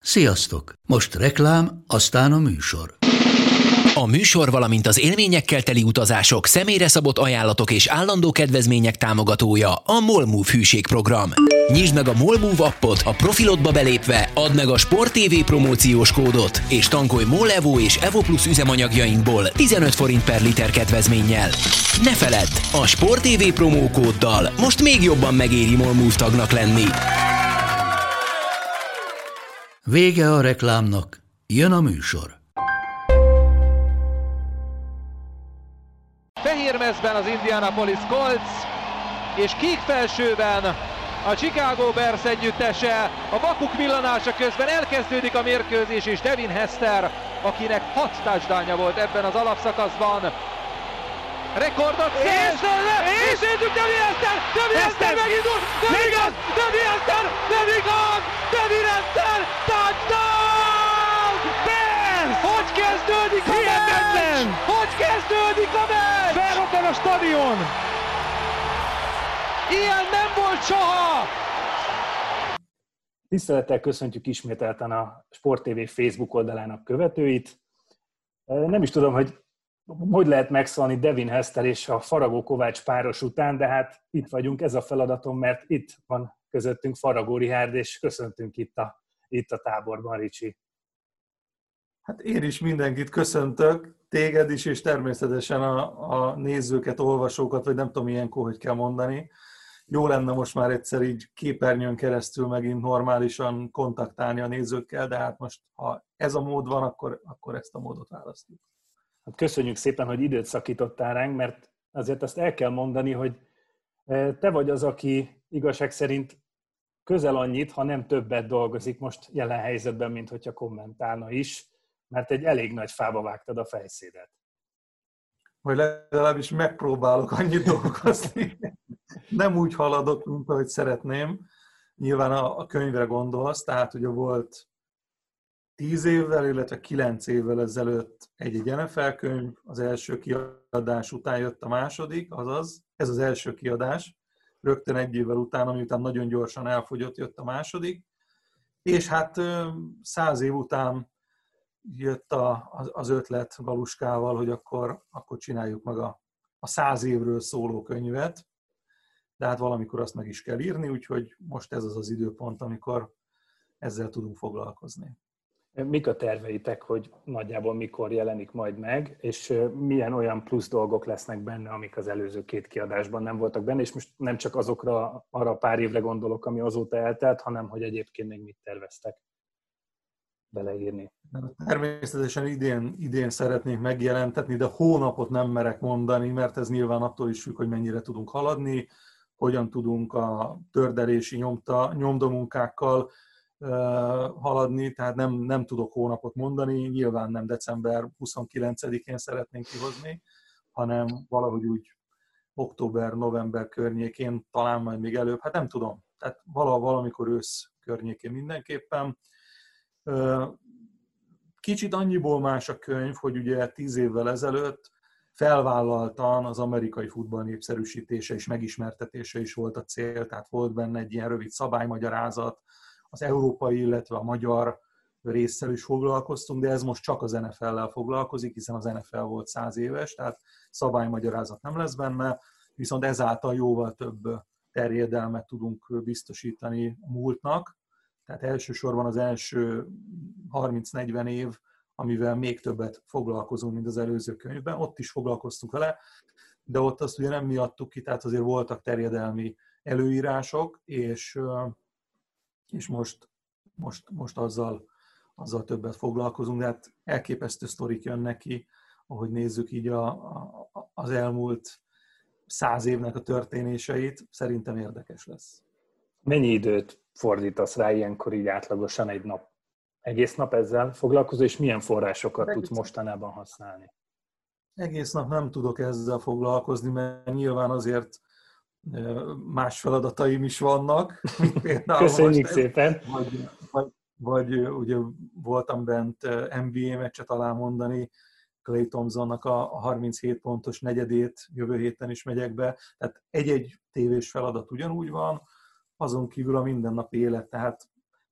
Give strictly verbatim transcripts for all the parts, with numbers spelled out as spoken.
Sziasztok! Most reklám, aztán a műsor. A műsor, valamint az élményekkel teli utazások, személyre szabott ajánlatok és állandó kedvezmények támogatója a MOLMOVE hűségprogram. Nyisd meg a MOLMOVE appot, a profilodba belépve add meg a Sport té vé promóciós kódot, és tankolj MOL Evo és Evo Plus üzemanyagjainkból tizenöt forint per liter kedvezménnyel. Ne feledd, a Sport té vé promókóddal most még jobban megéri MOLMOVE tagnak lenni. Vége a reklámnak, jön a műsor. Fehérmezben az Indianapolis Colts, és kék felsőben a Chicago Bears együttese. A vakuk villanása közben elkezdődik a mérkőzés, és Devin Hester, akinek hat touchdownja volt ebben az alapszakaszban, rekordot széles, és nézzük Devin Hester, Devin Hester megindul, nem igaz, Devin Hester, nem igaz, Devin Hester, touchdown! Bears! Hogy kezdődik a meccs? Hogy kezdődik a meccs? Felrobban a stadion! Ilyen nem volt soha! Tisztelettel köszöntjük ismételten a Sport té vé Facebook oldalának követőit. Nem is tudom, hogy hogy lehet megszólni Devin Hester és a Faragó Kovács páros után, de hát itt vagyunk, ez a feladatom, mert itt van közöttünk Faragó Richárd, és köszöntünk itt a, itt a táborban, Ricsi. Hát én is mindenkit köszöntök, téged is, és természetesen a, a nézőket, olvasókat, vagy nem tudom ilyenkor, hogy kell mondani. Jó lenne most már egyszer így képernyőn keresztül megint normálisan kontaktálni a nézőkkel, de hát most, ha ez a mód van, akkor, akkor ezt a módot választjuk. Hát köszönjük szépen, hogy időt szakítottál ránk, mert azért azt el kell mondani, hogy te vagy az, aki igazság szerint közel annyit, ha nem többet dolgozik most jelen helyzetben, mint hogyha kommentálna is, mert egy elég nagy fába vágtad a fejszédet. Vagy legalábbis megpróbálok annyit dolgozni. Nem úgy haladok, mint ahogy szeretném. Nyilván a, a könyvre gondolsz, tehát ugye volt tíz évvel, illetve kilenc évvel ezelőtt egy-egy en ef el könyv, az első kiadás után jött a második, azaz, ez az első kiadás, rögtön egy évvel utána, miután nagyon gyorsan elfogyott, jött a második, és hát száz év után jött a, az ötlet Galuskával, hogy akkor, akkor csináljuk meg a, a száz évről szóló könyvet, de hát valamikor azt meg is kell írni, úgyhogy most ez az az időpont, amikor ezzel tudunk foglalkozni. Mik a terveitek, hogy nagyjából mikor jelenik majd meg, és milyen olyan plusz dolgok lesznek benne, amik az előző két kiadásban nem voltak benne, és most nem csak azokra, arra a pár évre gondolok, ami azóta eltelt, hanem hogy egyébként még mit terveztek beleírni. Természetesen idén, idén szeretnénk megjelentetni, de hónapot nem merek mondani, mert ez nyilván attól is függ, hogy mennyire tudunk haladni, hogyan tudunk a tördelési nyomta, nyomdomunkákkal haladni, tehát nem, nem tudok hónapot mondani, nyilván nem december huszonkilencedikén szeretnénk kihozni, hanem valahogy úgy október-november környékén, talán majd még előbb, hát nem tudom, tehát valamikor ősz környékén mindenképpen. Kicsit annyiból más a könyv, hogy ugye tíz évvel ezelőtt felvállaltan az amerikai futball népszerűsítése és megismertetése is volt a cél, tehát volt benne egy ilyen rövid szabálymagyarázat, az európai, illetve a magyar résszel is foglalkoztunk, de ez most csak az en ef el-lel foglalkozik, hiszen az en ef el volt száz éves, tehát szabálymagyarázat nem lesz benne, viszont ezáltal jóval több terjedelmet tudunk biztosítani a múltnak, tehát elsősorban az első harminc-negyven év, amivel még többet foglalkozunk, mint az előző könyvben, ott is foglalkoztunk vele, de ott azt ugye nem mi adtuk ki, tehát azért voltak terjedelmi előírások, és és most, most, most azzal, azzal többet foglalkozunk, de hát elképesztő sztorik jönnek ki, ahogy nézzük így a, a, az elmúlt száz évnek a történéseit, szerintem érdekes lesz. Mennyi időt fordítasz rá ilyenkor így átlagosan egy nap? Egész nap ezzel foglalkozol, és milyen forrásokat egész tudsz mostanában használni? Egész nap nem tudok ezzel foglalkozni, mert nyilván azért más feladataim is vannak, mint például köszönjük most, szépen! Vagy, vagy, vagy ugye voltam bent en bé á meccset alá mondani, Clay Thompsonnak a harminchét pontos negyedét jövő héten is megyek be, tehát egy-egy tévés feladat ugyanúgy van, azon kívül a mindennapi élet, tehát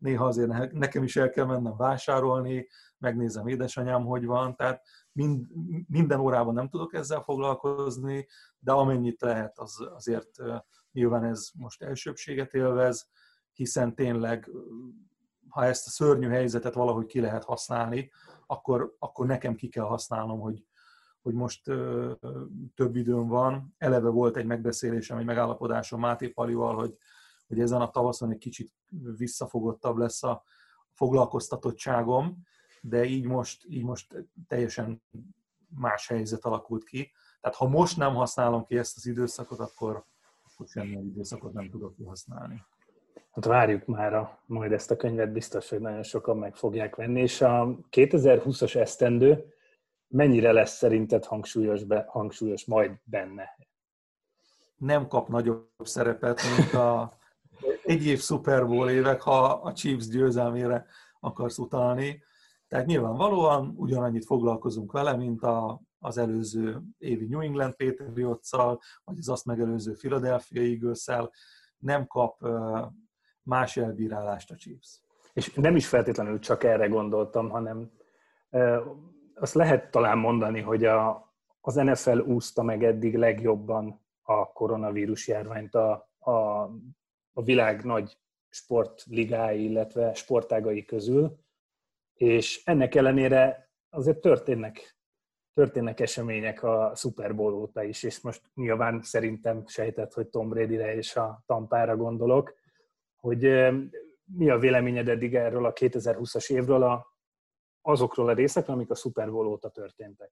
néha azért nekem is el kell mennem vásárolni, megnézem édesanyám, hogy van, tehát mind, minden órában nem tudok ezzel foglalkozni, de amennyit lehet, az, azért nyilván ez most elsőbbséget élvez, hiszen tényleg, ha ezt a szörnyű helyzetet valahogy ki lehet használni, akkor, akkor nekem ki kell használnom, hogy, hogy most ö, több időm van. Eleve volt egy megbeszélésem, egy megállapodásom Máté Palival, hogy, hogy ezen a tavaszon egy kicsit visszafogottabb lesz a foglalkoztatottságom, de így most, így most teljesen más helyzet alakult ki. Tehát ha most nem használom ki ezt az időszakot, akkor, akkor semmilyen időszakot nem tudok kihasználni. Hát várjuk már a, majd ezt a könyvet, biztos, hogy nagyon sokan meg fogják venni, és a kétezer-húszas esztendő mennyire lesz szerinted hangsúlyos, be, hangsúlyos majd benne? Nem kap nagyobb szerepet, mint a egy év Super Bowl évek, ha a Chiefs győzelmére akarsz utalni. Tehát nyilvánvalóan ugyanannyit foglalkozunk vele, mint a, az előző évi New England Patriots-szal, vagy az azt megelőző Philadelphia Eagles-szel. Nem kap uh, más elbírálást a Chiefs. És nem is feltétlenül csak erre gondoltam, hanem uh, azt lehet talán mondani, hogy a, az en ef el úszta meg eddig legjobban a koronavírus járványt a, a, a világ nagy sportligái, illetve sportágai közül, és ennek ellenére azért történnek, történnek események a Super Bowl óta is, és most nyilván szerintem sejtett, hogy Tom Bradyre és a Tampára gondolok, hogy mi a véleményed eddig erről a kétezer-húszas évről, a, azokról a részekről, amik a Super Bowl óta történtek?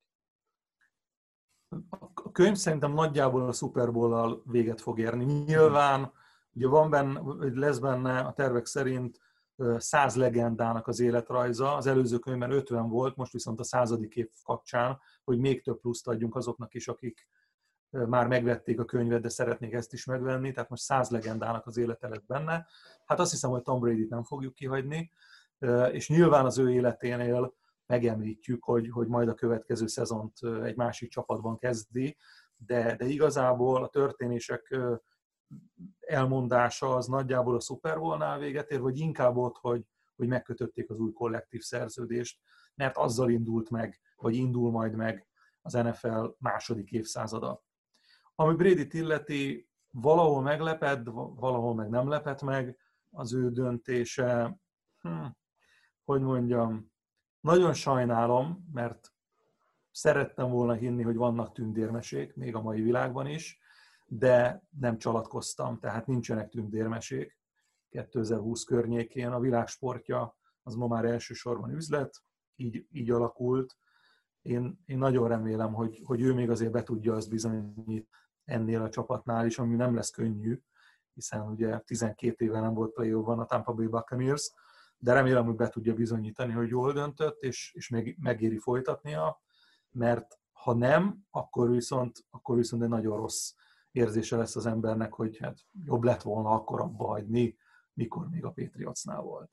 A könyv szerintem nagyjából a Super Bowl-al véget fog érni. Nyilván ugye van benne, lesz benne a tervek szerint száz legendának az életrajza. Az előző könyvben ötven volt, most viszont a századik év kapcsán, hogy még több pluszt adjunk azoknak is, akik már megvették a könyvet, de szeretnék ezt is megvenni, tehát most száz legendának az élete lett benne. Hát azt hiszem, hogy Tom Bradyt nem fogjuk kihagyni, és nyilván az ő életénél megemlítjük, hogy, hogy majd a következő szezont egy másik csapatban kezdi, de, de igazából a történések elmondása az nagyjából a Super Bowl-nál véget ér, vagy inkább ott, hogy, hogy megkötötték az új kollektív szerződést, mert azzal indult meg, vagy indul majd meg az en ef el második évszázada. Ami Bradyt illeti, valahol meglepett, valahol meg nem lepett meg az ő döntése. Hm, hogy mondjam, nagyon sajnálom, mert szerettem volna hinni, hogy vannak tündérmesék, még a mai világban is, de nem csalatkoztam, tehát nincsenek tündérmesék. kétezer-húsz környékén a világ sportja az ma már elsősorban üzlet, így, így alakult. Én, én nagyon remélem, hogy, hogy ő még azért be tudja azt bizonyítani ennél a csapatnál is, ami nem lesz könnyű, hiszen ugye tizenkét éve nem volt play-offban a Tampa Bay Buccaneers, de remélem, hogy be tudja bizonyítani, hogy jól döntött, és, és meg, megéri folytatnia, mert ha nem, akkor viszont, akkor viszont egy nagyon rossz érzése lesz az embernek, hogy hát jobb lett volna akkor abba hagyni, mikor még a Patriotsnál volt.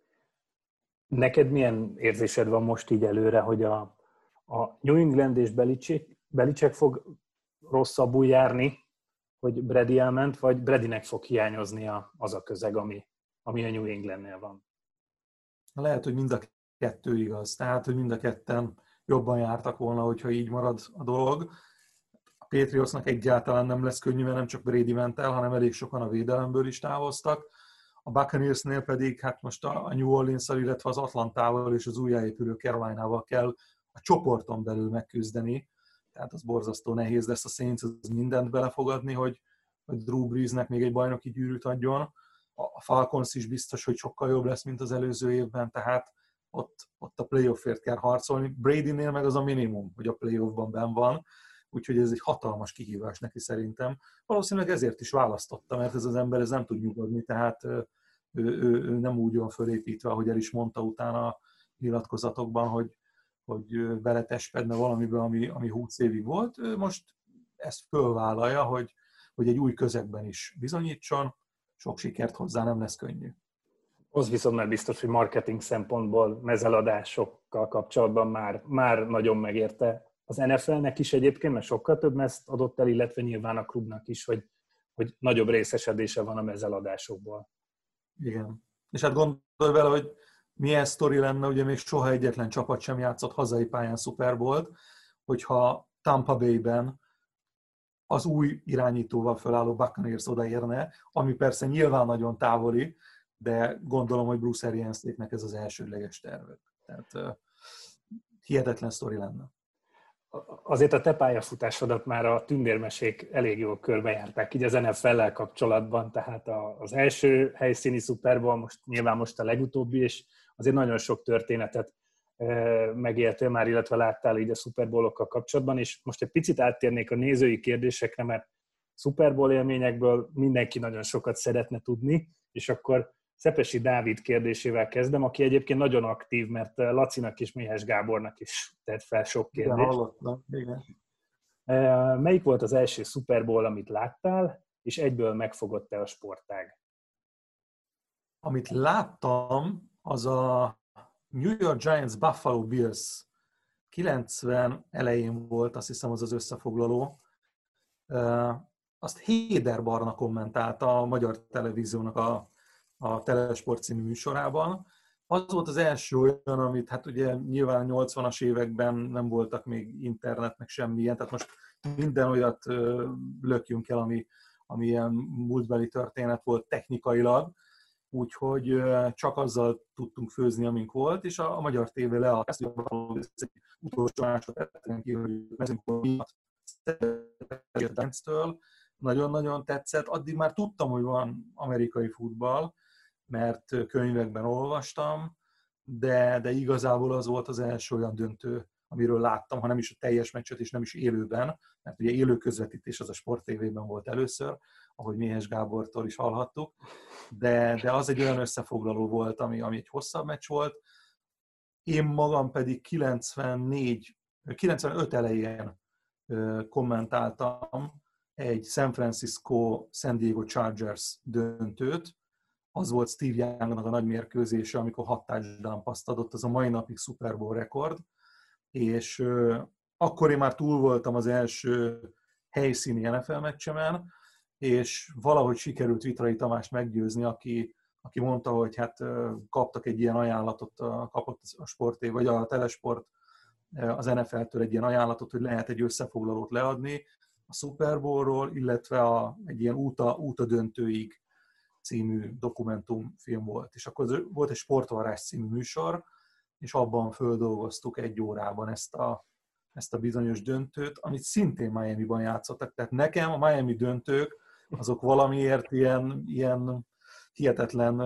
Neked milyen érzésed van most így előre, hogy a, a New England és Belichick, Belichick fog rosszabbul járni, hogy Brady elment, vagy Bradynek fog hiányozni az a közeg, ami, ami a New Englandnél van? Lehet, hogy mind a kettő igaz. Tehát, hogy mind a ketten jobban jártak volna, hogyha így marad a dolog. A Patriotsnak egyáltalán nem lesz könnyű, mert nem csak Brady ment el, hanem elég sokan a védelemből is távoztak. A Buccaneersnél pedig hát most a New Orleans-szal, illetve az Atlantával és az újjáépülő Carolinával kell a csoporton belül megküzdeni. Tehát az borzasztó nehéz lesz a Saints, az mindent belefogadni, hogy, hogy Drew Breesnek még egy bajnoki gyűrűt adjon. A Falcons is biztos, hogy sokkal jobb lesz, mint az előző évben, tehát ott, ott a playoffért kell harcolni. Bradynél meg az a minimum, hogy a playoffban benn van, úgyhogy ez egy hatalmas kihívás neki szerintem. Valószínűleg ezért is választotta, mert ez az ember ez nem tud nyugodni, tehát ő, ő, ő nem úgy van fölépítve, ahogy el is mondta utána a nyilatkozatokban, hogy, hogy beletespedne valamiben, ami, ami húsz évig volt. Ő most ezt fölvállalja, hogy, hogy egy új közegben is bizonyítson, sok sikert hozzá, nem lesz könnyű. Az viszont már biztos, hogy marketing szempontból mezeladásokkal kapcsolatban már, már nagyon megérte az en ef elnek is egyébként, mert sokkal több mezt adott el, illetve nyilván a klubnak is, hogy, hogy nagyobb részesedése van a mezeladásokból. Igen. És hát gondolj vele, hogy milyen sztori lenne, ugye még soha egyetlen csapat sem játszott hazai pályán Super Bowl-t, hogyha Tampa Bay-ben az új irányítóval felálló Buccaneers odaérne, ami persze nyilván nagyon távoli, de gondolom, hogy Bruce Arianséknek ez az elsődleges tervük. Tehát uh, hihetetlen sztori lenne. Azért a te pályafutásodat már a tündérmesék elég jól körbejárták, így az en ef el-lel kapcsolatban, tehát az első helyszíni Super Bowl, most nyilván most a legutóbbi, és azért nagyon sok történetet megéltél már, illetve láttál így a Super Bowl-okkal kapcsolatban, és most egy picit áttérnék a nézői kérdésekre, mert Super Bowl élményekből mindenki nagyon sokat szeretne tudni, és akkor Szepesi Dávid kérdésével kezdem, aki egyébként nagyon aktív, mert Lacinak és Méhes Gábornak is tett fel sok kérdést. Igen, hallottam. Igen. Melyik volt az első Super Bowl, amit láttál, és egyből megfogott-e a sportág? Amit láttam, az a New York Giants Buffalo Bills kilencven elején volt, azt hiszem az az összefoglaló. Azt Héder Barna kommentálta a Magyar Televíziónak a, a Telesport című műsorában. Az volt az első olyan, amit hát ugye nyilván nyolcvanas években nem voltak még internet, meg semmilyen, tehát most minden olyat lökjünk el, ami, ami ilyen múltbeli történet volt technikailag, úgyhogy csak azzal tudtunk főzni, amink volt, és a, a Magyar tévé leadta, hogy utolsó másodpercen kívül miatt nagyon-nagyon tetszett. Addig már tudtam, hogy van amerikai futball, mert könyvekben olvastam, de, de igazából az volt az első olyan döntő, amiről láttam, ha nem is a teljes meccset, és nem is élőben, mert ugye élő közvetítés az a Sport té vében volt először, ahogy Méhes Gábortól is hallhattuk, de, de az egy olyan összefoglaló volt, ami, ami egy hosszabb meccs volt. Én magam pedig kilencvennégy, kilencvenöt elején kommentáltam egy San Francisco San Diego Chargers döntőt. Az volt Steve Youngnak a nagy mérkőzése, amikor hat touchdown paszt adott, az a mai napig Super Bowl rekord, és uh, akkor én már túl voltam az első helyszíni en ef el meccsemen, és valahogy sikerült Vitrai Tamást meggyőzni, aki, aki mondta, hogy hát uh, kaptak egy ilyen ajánlatot, uh, kapott a Sport, vagy a Telesport uh, az en ef el-től egy ilyen ajánlatot, hogy lehet egy összefoglalót leadni a Super Bowl-ról, illetve a, egy ilyen úta, úta döntőig című dokumentumfilm volt. És akkor volt egy Sportvarázs című műsor, és abban földolgoztuk egy órában ezt a, ezt a bizonyos döntőt, amit szintén Miamiban játszottak. Tehát nekem a Miami döntők, azok valamiért ilyen, ilyen hihetetlen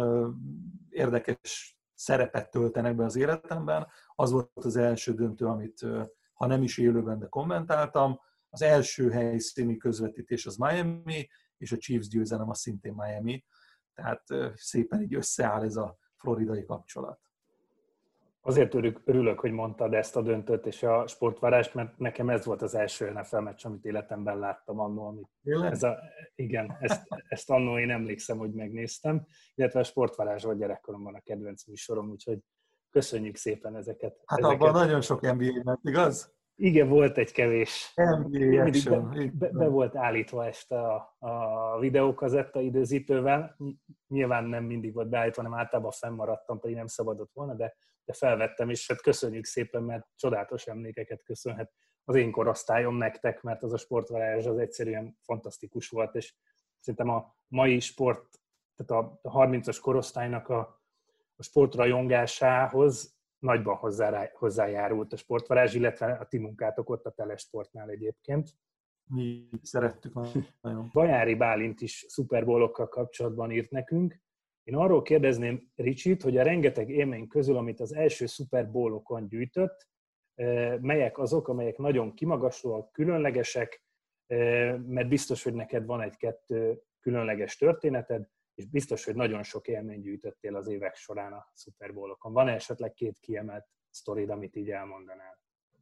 érdekes szerepet töltenek be az életemben. Az volt az első döntő, amit ha nem is élőben, de kommentáltam. Az első helyszíni közvetítés az Miami, és a Chiefs győzelem az szintén Miami. Tehát szépen így összeáll ez a floridai kapcsolat. Azért örülök, hogy mondtad ezt a döntőt és a Sportvarást, mert nekem ez volt az első en ef el meccs, amit életemben láttam annó. Amit ez a, igen, ezt, ezt annó én emlékszem, hogy megnéztem, illetve a Sportvarázs volt gyerekkoromban a kedvenc műsorom, úgyhogy köszönjük szépen ezeket. Hát ezeket. Abban nagyon sok en bé á ment, igaz? Igen, volt egy kevés. en bé á action. Be, be, be volt állítva este a, a videókazetta időzítővel. Nyilván nem mindig volt beállítva, hanem általában fennmaradtam, pedig nem szabadott volna, de, de felvettem, és hát köszönjük szépen, mert csodálatos emlékeket köszönhet az én korosztályom nektek, mert az a Sportvarázs az egyszerűen fantasztikus volt, és szerintem a mai sport, tehát a harmincas korosztálynak a, a sportrajongásához nagyban hozzá, hozzájárult a Sportvarázs, illetve a ti munkátok ott a Telesportnál egyébként. Mi szerettük nagyon. Bajári Bálint is Super Bowl-okkal kapcsolatban írt nekünk. Én arról kérdezném Ricsit, hogy a rengeteg élmény közül, amit az első Super Bowl-okon gyűjtött, melyek azok, amelyek nagyon kimagaslóak, különlegesek, mert biztos, hogy neked van egy-kettő különleges történeted, és biztos, hogy nagyon sok élményt gyűjtöttél az évek során a Super Bowl-okon. Van-e esetleg két kiemelt sztorid, amit így elmondanál?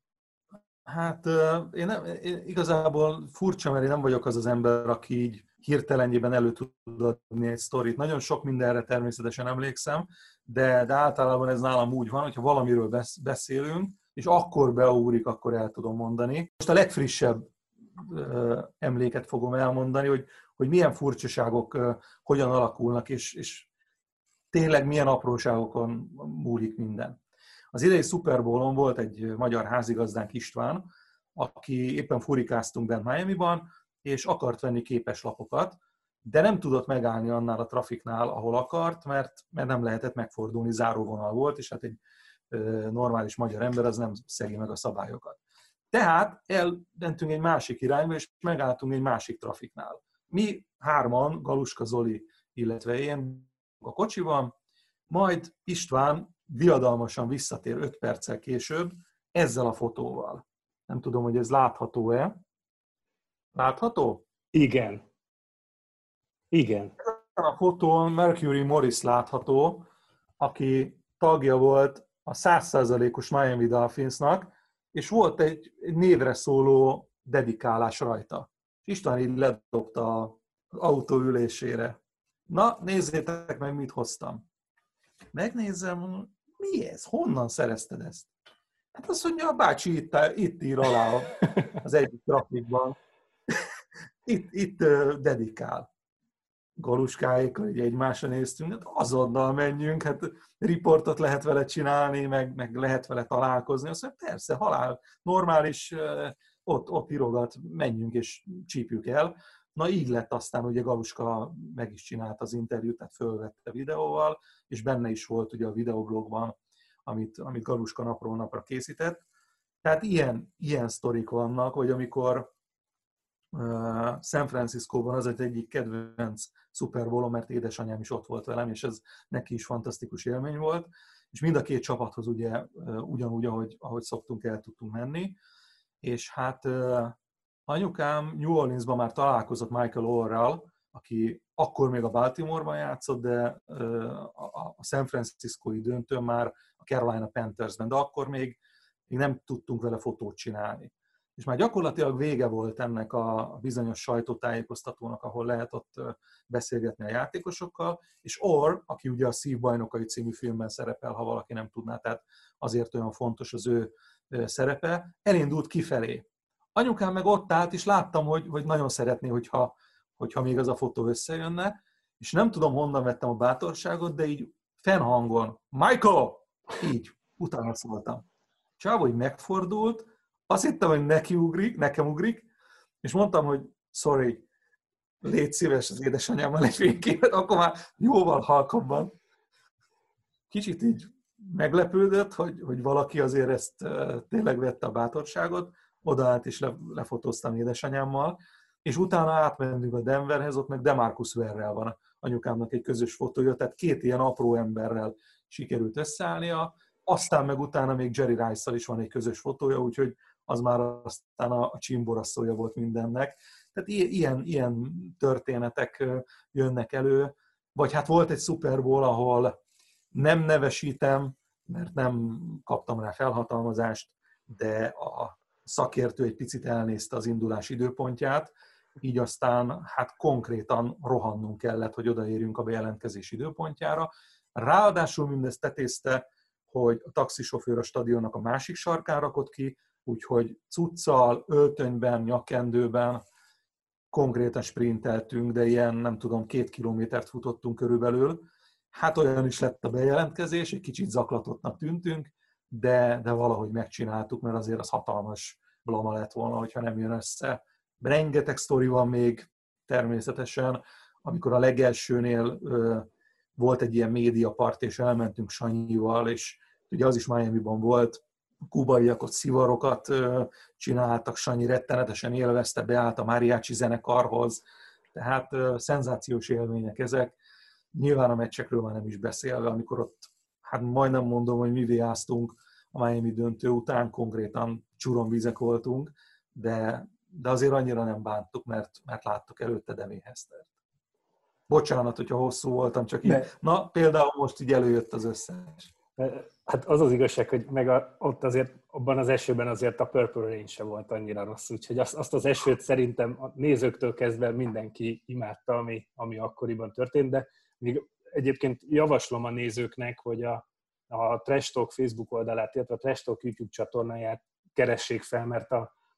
Hát én, nem, én igazából furcsa, mert én nem vagyok az az ember, aki így hirtelenjében elő tud adni egy sztorit. Nagyon sok mindenre természetesen emlékszem, de, de általában ez nálam úgy van, hogyha valamiről beszélünk, és akkor beugrik, akkor el tudom mondani. Most a legfrissebb emléket fogom elmondani, hogy, hogy milyen furcsaságok hogyan alakulnak, és, és tényleg milyen apróságokon múlik minden. Az idei Super Bowl-on volt egy magyar házigazdánk, István, aki éppen furikáztunk bent Miamiban, és akart venni képeslapokat, de nem tudott megállni annál a trafiknál, ahol akart, mert, mert nem lehetett megfordulni, záróvonal volt, és hát egy ö, normális magyar ember az nem szegi meg a szabályokat. Tehát elmentünk egy másik irányba, és megálltunk egy másik trafiknál. Mi hárman, Galuska, Zoli, illetve én a kocsiban, majd István diadalmasan visszatér öt perccel később ezzel a fotóval. Nem tudom, hogy ez látható-e. Látható? Igen. Igen. Ezen a fotón Mercury Morris látható, aki tagja volt a száz százalékos Miami Dolphinsnak, és volt egy, egy névre szóló dedikálás rajta. István így ledobta az autó ülésére. Na, nézzétek meg, mit hoztam. Megnézem, mi ez? Honnan szerezted ezt? Hát azt mondja, a bácsi itt, itt ír alá az egyik trafikban. Itt, itt dedikál. Galuskáékkal így egymásra néztünk, hát azonnal menjünk, hát riportot lehet vele csinálni, meg, meg lehet vele találkozni. Azt mondja, persze, halál, normális, ott, ott írogat, menjünk és csípjük el. Na így lett aztán, ugye Galuska meg is csinált az interjút, tehát fölvette videóval, és benne is volt ugye a videoblogban, amit, amit Galuska napról napra készített. Tehát ilyen, ilyen sztorik vannak, hogy amikor uh, San Franciscóban az egy egyik kedvenc Super Bowl-on, mert édesanyám is ott volt velem, és ez neki is fantasztikus élmény volt, és mind a két csapathoz ugye uh, ugyanúgy, ahogy, ahogy szoktunk, el tudtunk menni, és hát uh, anyukám New Orleansban már találkozott Michael Orrral, aki akkor még a Baltimore-ban játszott, de a San Francisco-i döntőn már a Carolina Panthersben, de akkor még, még nem tudtunk vele fotót csinálni. És már gyakorlatilag vége volt ennek a bizonyos sajtótájékoztatónak, ahol lehet ott beszélgetni a játékosokkal, és Orr, aki ugye a Szívbajnokai című filmben szerepel, ha valaki nem tudná, tehát azért olyan fontos az ő szerepe, elindult kifelé. Anyukám meg ott állt, és láttam, hogy, hogy nagyon szeretné, hogyha, hogyha még az a fotó összejönne, és nem tudom, honnan vettem a bátorságot, de így fennhangon, Michael! Így, utána szóltam. Csávó, hogy megfordult, azt hittem, hogy neki ugrik, nekem ugrik, és mondtam, hogy sorry, légy szíves az édesanyámmal egy fényképet, akkor már jóval halkabban. Kicsit így meglepődött, hogy, hogy valaki azért ezt uh, tényleg vette a bátorságot, odaállt és le, lefotóztam édesanyámmal, és utána átmentünk a Denverhez, ott meg DeMarcus Ware-rel van anyukámnak egy közös fotója, tehát két ilyen apró emberrel sikerült összeállnia, aztán meg utána még Jerry Rice-szal is van egy közös fotója, úgyhogy az már aztán a, a csimboraszója volt mindennek. Tehát ilyen, ilyen történetek jönnek elő, vagy hát volt egy Super Bowl, ahol nem nevesítem, mert nem kaptam rá felhatalmazást, de a szakértő egy picit elnézte az indulás időpontját, így aztán hát konkrétan rohannunk kellett, hogy odaérjünk a bejelentkezés időpontjára. Ráadásul mindezt tetézte, hogy a taxisofőr a stadionnak a másik sarkán rakott ki, úgyhogy cuccal, öltönyben, nyakkendőben konkrétan sprinteltünk, de ilyen, nem tudom, két kilométert futottunk körülbelül. Hát olyan is lett a bejelentkezés, egy kicsit zaklatottnak tűntünk, de, de valahogy megcsináltuk, mert azért az hatalmas blama lett volna, hogyha nem jön össze. Rengeteg sztori van még természetesen, amikor a legelsőnél ö, volt egy ilyen médiapart, és elmentünk Sanyival, és ugye az is Miamiban volt, a kubaiak ott szivarokat ö, csináltak, Sanyi rettenetesen élvezte, beállt a mariachi zenekarhoz, tehát ö, szenzációs élmények ezek. Nyilván a meccsekről már nem is beszélve, amikor ott, hát majdnem mondom, hogy mi viáztunk a Miami döntő után, konkrétan csuromvizek voltunk, de, de azért annyira nem bántuk, mert, mert láttuk előtte Devin Hestert. Bocsánat, hogyha hosszú voltam, csak így, de. Na például most így előjött az összes. Hát az az igazság, hogy meg a, ott azért, abban az esőben azért a Purple Rain se volt annyira rossz, úgyhogy azt, azt az esőt szerintem a nézőktől kezdve mindenki imádta, ami, ami akkoriban történt, de még egyébként javaslom a nézőknek, hogy a, a Trash Talk Facebook oldalát, illetve a Trash Talk YouTube csatornáját keressék fel, mert a,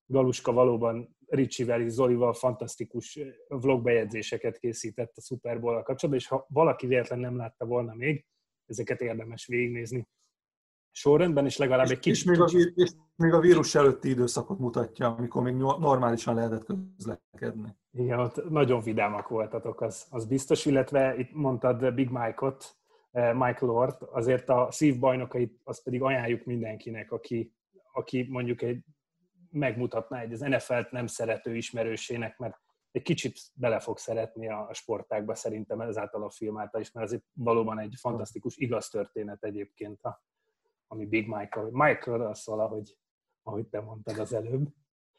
Galuska valóban Ricsivel és Zolival fantasztikus vlogbejegyzéseket készített a Super Bowl-al kapcsolatban, és ha valaki véletlen nem látta volna még, ezeket érdemes végignézni sorrendben, és legalább egy kicsit... És még, a, és még a vírus előtti időszakot mutatja, amikor még normálisan lehetett közlekedni. Igen, ott nagyon vidámak voltatok, az, az biztos, illetve itt mondtad Big Mike-ot, Michael Orrt, azért a szívbajnokait azt pedig ajánljuk mindenkinek, aki, aki mondjuk egy, megmutatná egy az en ef el-t nem szerető ismerősének, mert egy kicsit bele fog szeretni a sportágba szerintem ezáltal a film által is, mert ez valóban egy fantasztikus igaz történet egyébként, a, ami Big Mike, Michael szól, ahogy, ahogy te mondtad az előbb.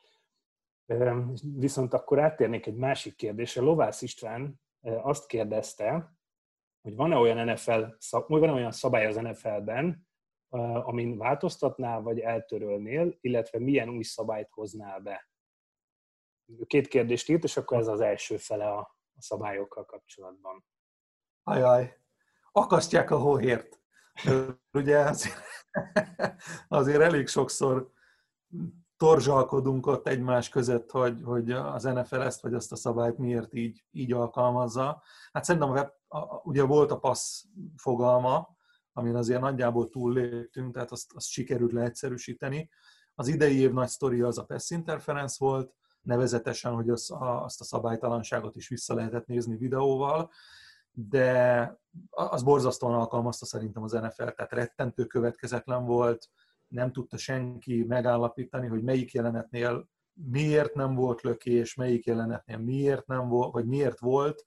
Viszont akkor áttérnék egy másik kérdésre. Lovász István azt kérdezte, hogy van-e olyan en ef el, van-e olyan szabály az en ef el-ben, amin változtatnál, vagy eltörölnél, illetve milyen új szabályt hoznál be? Két kérdést írt, és akkor ez az első fele a szabályokkal kapcsolatban. Ajaj, akasztják a hóhért. Ugye azért, azért elég sokszor torzsalkodunk ott egymás között, hogy, hogy az en ef el ezt vagy azt a szabályt miért így, így alkalmazza. Hát szerintem a, a, ugye volt a passz fogalma, amin azért nagyjából túlléptünk, tehát azt, azt sikerült leegyszerűsíteni. Az idei év nagy sztoria az a pass interference volt, nevezetesen, hogy az, a, azt a szabálytalanságot is vissza lehetett nézni videóval, de az borzasztóan alkalmazta szerintem az en ef el, tehát rettentő következetlen volt, nem tudta senki megállapítani, hogy melyik jelenetnél miért nem volt lökés, melyik jelenetnél miért nem volt, vagy miért volt.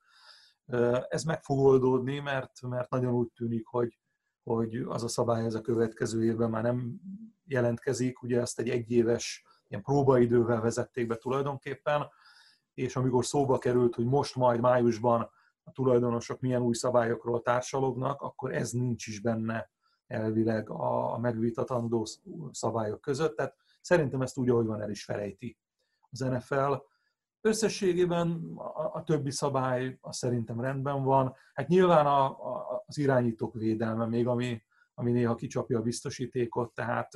Ez meg fog oldódni, mert, mert nagyon úgy tűnik, hogy, hogy az a szabály ez a következő évben már nem jelentkezik. Ugye ezt egy egyéves ilyen próbaidővel vezették be tulajdonképpen, és amikor szóba került, hogy most majd májusban a tulajdonosok milyen új szabályokról társalognak, akkor ez nincs is benne elvileg a megvitatandó szabályok között. Tehát szerintem ezt úgy, ahogy van, el is felejti az en ef el. Összességében a, a többi szabály az szerintem rendben van. Hát nyilván a, a, az irányítók védelme még, ami, ami néha kicsapja a biztosítékot, tehát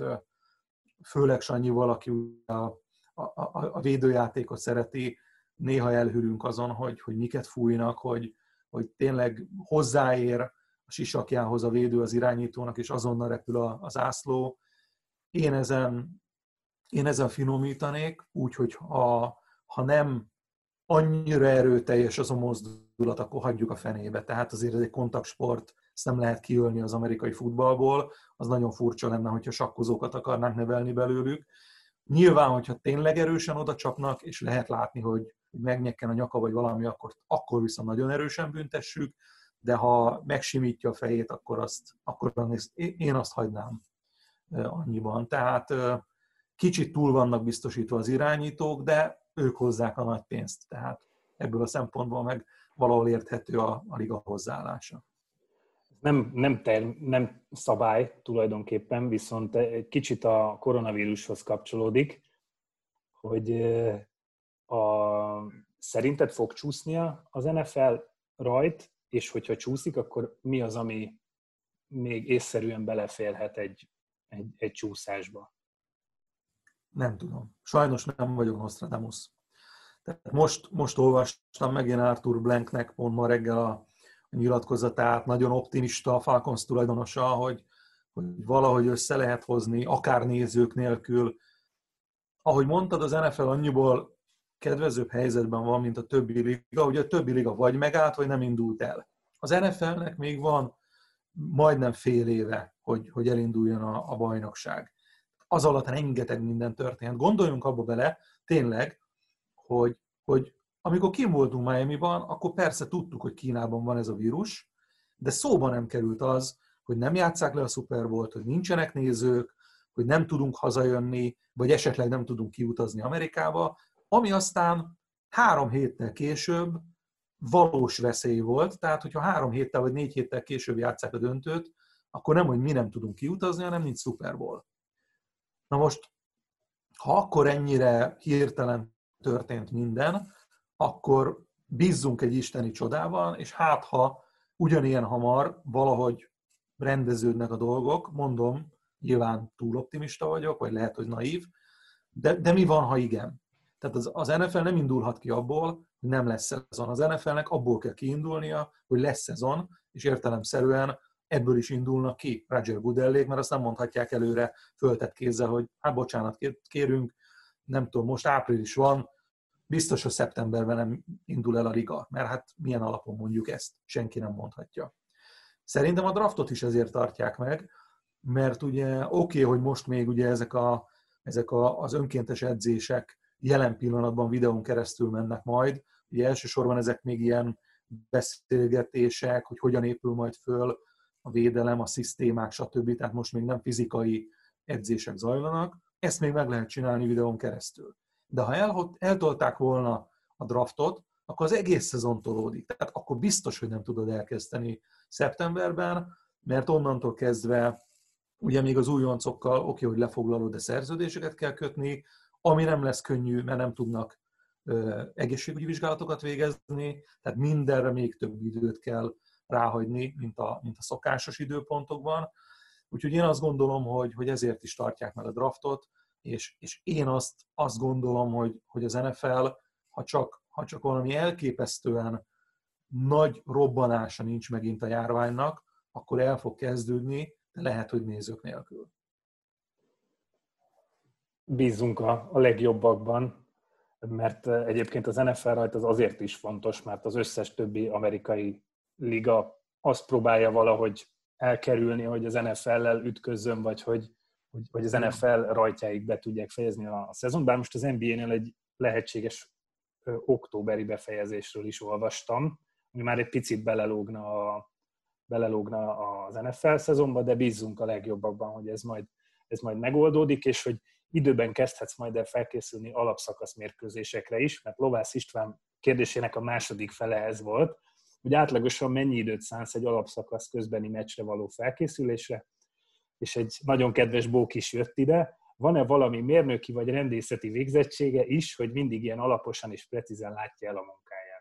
főleg Sanyival, aki a, a, a védőjátékot szereti, néha elhűlünk azon, hogy, hogy miket fújnak, hogy, hogy tényleg hozzáér a sisakjához a védő az irányítónak, és azonnal repül a, az ászló. Én ezen, én ezen finomítanék, úgyhogy ha, ha nem annyira erőteljes az a mozdulat, akkor hagyjuk a fenébe. Tehát azért ez egy kontaktsport, ezt nem lehet kiölni az amerikai futballból, az nagyon furcsa lenne, hogyha sakkozókat akarnánk nevelni belőlük. Nyilván, hogyha tényleg erősen oda csapnak, és lehet látni, hogy megnyekken a nyaka vagy valami, akkor, akkor viszont nagyon erősen büntessük, de ha megsimítja a fejét, akkor, azt, akkor én azt hagynám annyiban. Tehát kicsit túl vannak biztosítva az irányítók, de ők hozzák a nagy pénzt. Tehát ebből a szempontból meg valahol érthető a, a liga hozzáállása. Nem, nem, ter, nem szabály tulajdonképpen, viszont egy kicsit a koronavírushoz kapcsolódik, hogy a, szerinted fog csúsznia az en ef el rajt, és hogyha csúszik, akkor mi az, ami még észszerűen beleférhet egy, egy, egy csúszásba? Nem tudom. Sajnos nem vagyok Nostradamus. Tehát most, most olvastam megint Arthur Blanknek pont ma reggel a nyilatkozatát, nagyon optimista a Falcons tulajdonosa, hogy, hogy valahogy össze lehet hozni, akár nézők nélkül. Ahogy mondtad, az en ef el annyiból kedvezőbb helyzetben van, mint a többi liga. Ugye a többi liga vagy megállt, vagy nem indult el. Az en ef elnek még van majdnem fél éve, hogy, hogy elinduljon a, a bajnokság. Az alatt rengeteg minden történt. Gondoljunk abba bele, tényleg, hogy, hogy amikor kim voltunk Miamiban, akkor persze tudtuk, hogy Kínában van ez a vírus, de szóba nem került az, hogy nem játsszák le a Super Bowl-t, hogy nincsenek nézők, hogy nem tudunk hazajönni, vagy esetleg nem tudunk kiutazni Amerikába, ami aztán három héttel később valós veszély volt, tehát hogyha három héttel vagy négy héttel később játsszák a döntőt, akkor nem, hogy mi nem tudunk kiutazni, hanem nincs Super Bowl. Na most, ha akkor ennyire hirtelen történt minden, akkor bízzunk egy isteni csodában, és hát ha ugyanilyen hamar valahogy rendeződnek a dolgok, mondom, nyilván túl optimista vagyok, vagy lehet, hogy naív, De, de mi van, ha igen? Tehát az, az en ef el nem indulhat ki abból, hogy nem lesz szezon. Az en ef elnek abból kell kiindulnia, hogy lesz szezon, és értelemszerűen ebből is indulnak ki Roger Goodellék, mert azt nem mondhatják előre föltett kézzel, hogy hát bocsánat, kérünk, nem tudom, most április van, biztos, hogy szeptemberben nem indul el a liga, mert hát milyen alapon mondjuk ezt, senki nem mondhatja. Szerintem a draftot is ezért tartják meg, mert ugye oké, okay, hogy most még ugye ezek, a, ezek a, az önkéntes edzések jelen pillanatban videón keresztül mennek majd, ugye elsősorban ezek még ilyen beszélgetések, hogy hogyan épül majd föl a védelem, a szisztémák, stb. Tehát most még nem fizikai edzések zajlanak, ezt még meg lehet csinálni videón keresztül. De ha el, eltolták volna a draftot, akkor az egész szezon tolódik. Tehát akkor biztos, hogy nem tudod elkezdeni szeptemberben, mert onnantól kezdve ugye még az újoncokkal oké, okay, hogy lefoglalod, de szerződéseket kell kötni, ami nem lesz könnyű, mert nem tudnak ö, egészségügyi vizsgálatokat végezni, tehát mindenre még több időt kell ráhagyni, mint a, mint a szokásos időpontokban. Úgyhogy én azt gondolom, hogy, hogy ezért is tartják meg a draftot, és, és én azt, azt gondolom, hogy, hogy az en ef el, ha csak, ha csak valami elképesztően nagy robbanása nincs megint a járványnak, akkor el fog kezdődni, de lehet, hogy nézők nélkül. Bízzunk a, a legjobbakban, mert egyébként az en ef el rajta az azért is fontos, mert az összes többi amerikai liga azt próbálja valahogy elkerülni, hogy az en ef el-lel ütközzön, vagy hogy, hogy, hogy az en ef el rajtjáig be tudják fejezni a, a szezon. Bár most az en bé á-nél egy lehetséges ö, októberi befejezésről is olvastam, ami már egy picit belelógna, a, belelógna az en ef el szezonba, de bízzunk a legjobbakban, hogy ez majd, ez majd megoldódik, és hogy időben kezdhetsz majd el felkészülni alapszakasz mérkőzésekre is, mert Lovász István kérdésének a második fele ez volt, hogy átlagosan mennyi időt szánsz egy alapszakasz közbeni meccsre való felkészülésre, és egy nagyon kedves bók is jött ide. Van-e valami mérnöki vagy rendészeti végzettsége is, hogy mindig ilyen alaposan és precízen látja el a munkáját?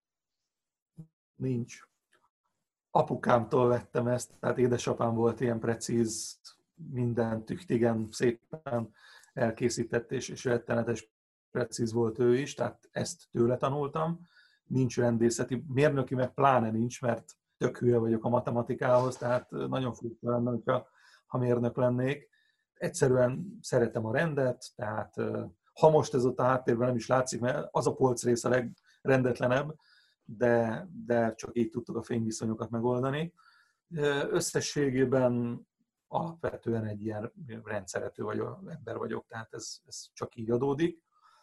Nincs. Apukámtól vettem ezt, tehát édesapám volt ilyen precíz, mindent tüchtigen szépen elkészített, és, és rettenetes precíz volt ő is, tehát ezt tőle tanultam. Nincs rendészeti, mérnöki meg pláne nincs, mert tök hülye vagyok a matematikához, tehát nagyon furcsa lenne, hogyha, ha mérnök lennék. Egyszerűen szeretem a rendet, tehát ha most ez ott a háttérben nem is látszik, mert az a polcrész a legrendetlenebb, de, de csak így tudtuk a fényviszonyokat megoldani. Összességében alapvetően egy ilyen rendszerető vagyok, ember vagyok, tehát ez, ez csak így adódik.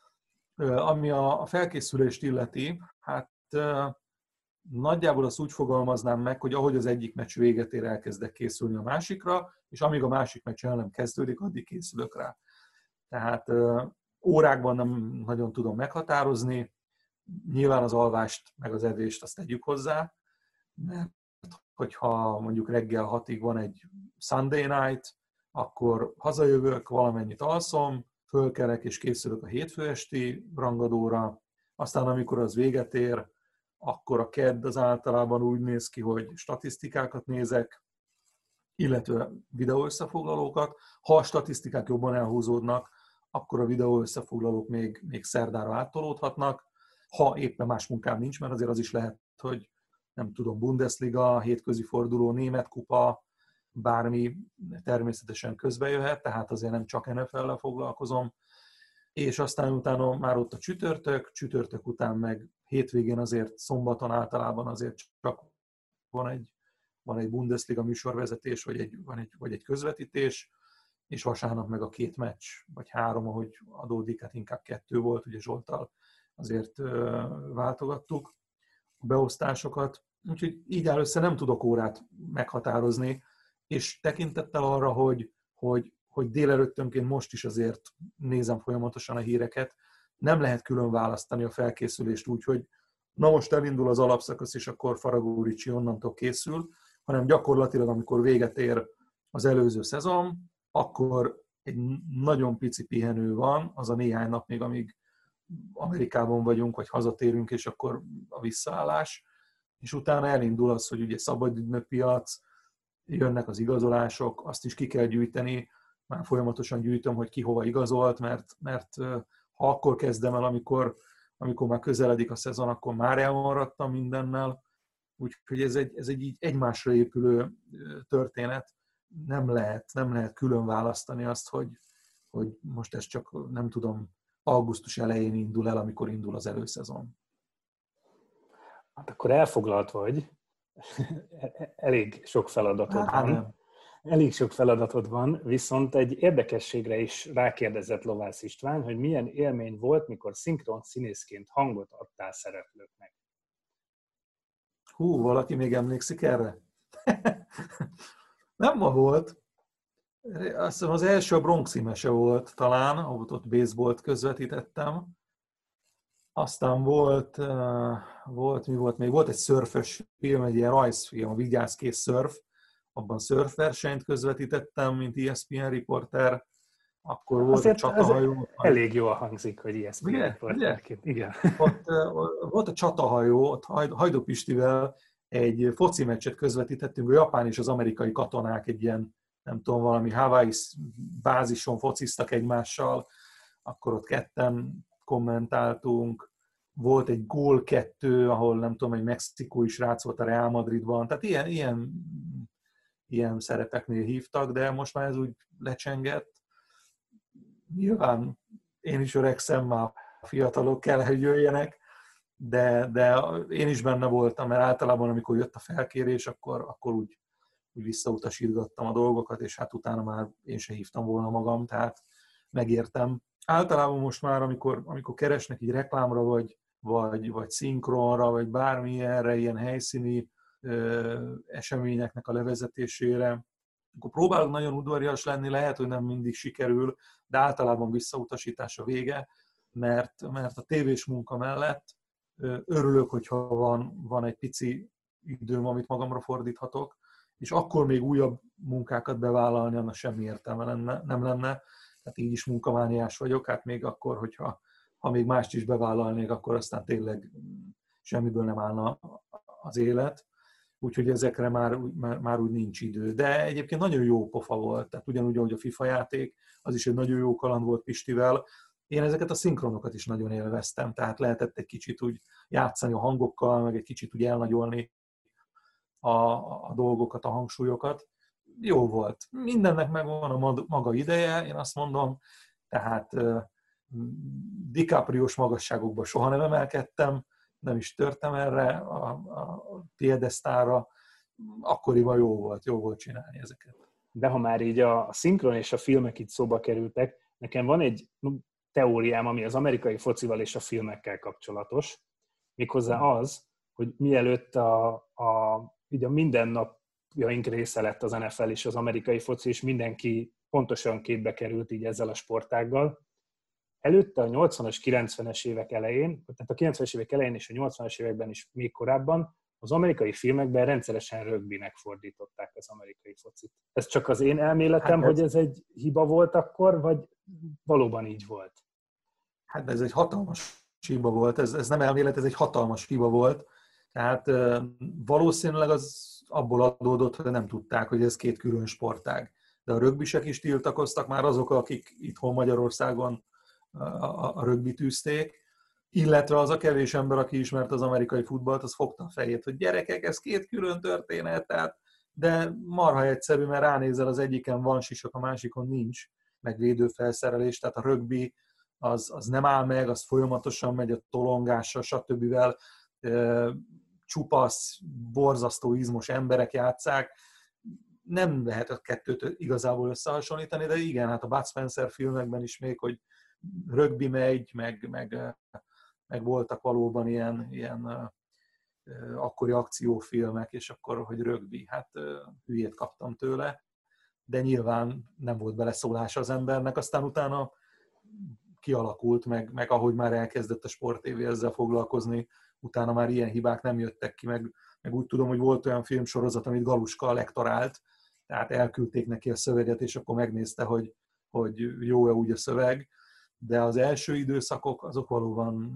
Ami a felkészülést illeti, hát nagyjából azt úgy fogalmaznám meg, hogy ahogy az egyik meccs véget ér, elkezdek készülni a másikra, és amíg a másik meccs el nem kezdődik, addig készülök rá. Tehát órákban nem nagyon tudom meghatározni, nyilván az alvást meg az evést azt tegyük hozzá, mert hogyha mondjuk reggel hatig van egy Sunday night, akkor hazajövök, valamennyit alszom, fölkelek és készülök a hétfő esti rangadóra, aztán amikor az véget ér, akkor a kedd az általában úgy néz ki, hogy statisztikákat nézek, illetve videó összefoglalókat. Ha a statisztikák jobban elhúzódnak, akkor a videó összefoglalók még, még szerdára áttolódhatnak. Ha éppen más munkám nincs, mert azért az is lehet, hogy nem tudom, Bundesliga, hétközi forduló, német kupa, bármi természetesen közbe jöhet, tehát azért nem csak en ef el-lel foglalkozom. És aztán utána már ott a csütörtök, csütörtök után meg hétvégén azért szombaton általában azért csak van egy, van egy Bundesliga műsorvezetés, vagy egy, van egy, vagy egy közvetítés, és vasárnap meg a két meccs, vagy három, ahogy adódik, hát inkább kettő volt, ugye Zsolttal azért ö, váltogattuk a beosztásokat. Úgyhogy így áll össze, nem tudok órát meghatározni, és tekintettel arra, hogy, hogy, hogy délelőttönként most is azért nézem folyamatosan a híreket, nem lehet külön választani a felkészülést úgy, hogy na most elindul az alapszakasz, és akkor Faragó Ricsi onnantól készül, hanem gyakorlatilag, amikor véget ér az előző szezon, akkor egy nagyon pici pihenő van, az a néhány nap még, amíg Amerikában vagyunk, vagy hazatérünk, és akkor a visszaállás, és utána elindul az, hogy ugye szabadügynök piac, jönnek az igazolások, azt is ki kell gyűjteni, már folyamatosan gyűjtöm, hogy ki hova igazolt, mert, mert ha akkor kezdem el, amikor, amikor már közeledik a szezon, akkor már elmaradtam mindennel. Úgyhogy ez egy, ez egy így egymásra épülő történet. Nem lehet, nem lehet külön választani azt, hogy, hogy most ez csak, nem tudom, augusztus elején indul el, amikor indul az előszezon. Hát akkor elfoglalt vagy. Elég sok feladatod Há, van. nem. Elég sok feladatod van, viszont egy érdekességre is rákérdezett Lovász István, hogy milyen élmény volt, mikor szinkron színészként hangot adtál szereplőknek. Hú, valaki még emlékszik erre? Nem ma volt. Azt hiszem az első a Bronxi mese volt talán, ahol ott baseballt közvetítettem. Aztán volt, volt, mi volt még? Volt egy szörfös film, egy ilyen rajzfilm, a Vigyázz kész szörf. Abban szörfversenyt közvetítettem, mint E S P N riporter. Akkor volt azért, a csatahajó. Elég jól hangzik, hogy E S P N Ugye? riporterként. Igen. Ott, volt a csatahajó, ott Hajdú Pistivel egy foci meccset közvetítettünk, a japán és az amerikai katonák egy ilyen, nem tudom, valami Hawaii bázison fociztak egymással, akkor ott ketten kommentáltunk, volt egy gól kettő, ahol nem tudom, egy mexikói srác volt a Real Madridban, tehát ilyen, ilyen, ilyen szerepeknél hívtak, de most már ez úgy lecsengett. Nyilván én is öregszem, már fiatalok kell, hogy jöjjenek, de, de én is benne voltam, mert általában, amikor jött a felkérés, akkor, akkor úgy, úgy visszautasítgattam a dolgokat, és hát utána már én se hívtam volna magam, tehát megértem. Általában most már, amikor, amikor keresnek így reklámra, vagy, vagy, vagy szinkronra, vagy bármilyenre, ilyen helyszíni ö, eseményeknek a levezetésére, akkor próbálok nagyon udvarias lenni, lehet, hogy nem mindig sikerül, de általában visszautasítás a vége, mert, mert a tévés munka mellett örülök, hogyha van, van egy pici időm, amit magamra fordíthatok, és akkor még újabb munkákat bevállalni, annak semmi értelme lenne, nem lenne. Tehát így is munkamániás vagyok, hát még akkor, hogyha ha még mást is bevállalnék, akkor aztán tényleg semmiből nem állna az élet. Úgyhogy ezekre már, már, már úgy nincs idő. De egyébként nagyon jó pofa volt, tehát ugyanúgy, ahogy a FIFA játék, az is egy nagyon jó kaland volt Pistivel. Én ezeket a szinkronokat is nagyon élveztem, tehát lehetett egy kicsit úgy játszani a hangokkal, meg egy kicsit úgy elnagyolni a, a dolgokat, a hangsúlyokat. Jó volt. Mindennek megvan a maga ideje, én azt mondom, tehát uh, DiCaprio-s magasságokban soha nem emelkedtem, nem is törtem erre a, a piedesztára, akkoriban jó volt, jó volt csinálni ezeket. De ha már így a szinkron és a filmek itt szóba kerültek, nekem van egy teóriám, ami az amerikai focival és a filmekkel kapcsolatos, méghozzá az, hogy mielőtt a, a, így a mindennapjaink része lett az N F L és az amerikai foci, és mindenki pontosan képbe került így ezzel a sportággal. Előtte a nyolcvanas, kilencvenes évek elején, tehát a kilencvenes évek elején és a nyolcvanas években is még korábban az amerikai filmekben rendszeresen rögbinek fordították az amerikai focit. Ez csak az én elméletem, hát ez... hogy ez egy hiba volt akkor, vagy valóban így volt? Hát ez egy hatalmas hiba volt, ez, ez nem elmélet, ez egy hatalmas hiba volt. Tehát uh, valószínűleg az abból adódott, hogy nem tudták, hogy ez két külön sportág. De a rögbisek is tiltakoztak már azok, akik itthon Magyarországon a, a, a rögbit űzték, illetve az a kevés ember, aki ismert az amerikai futballt, az fogta a fejét, hogy gyerekek, ez két külön történet, tehát, de marha egyszerű, mert ránézel, az egyiken van sisak, a másikon nincs, meg védőfelszerelés, tehát a rögbi az, az nem áll meg, az folyamatosan megy a tolongással, stb. Csupasz, borzasztó izmos emberek játsszák. Nem lehet a kettőt igazából összehasonlítani, de igen, hát a Bud Spencer filmekben is még, hogy rögbi megy, meg, meg, meg voltak valóban ilyen, ilyen akkori akciófilmek, és akkor, hogy rögbi, hát hülyét kaptam tőle, de nyilván nem volt beleszólása az embernek, aztán utána kialakult, meg, meg ahogy már elkezdett a Sport té vé ezzel foglalkozni, utána már ilyen hibák nem jöttek ki, meg, meg úgy tudom, hogy volt olyan filmsorozat, amit Galuska lektorált, tehát elküldték neki a szöveget, és akkor megnézte, hogy, hogy jó-e úgy a szöveg, de az első időszakok azok valóban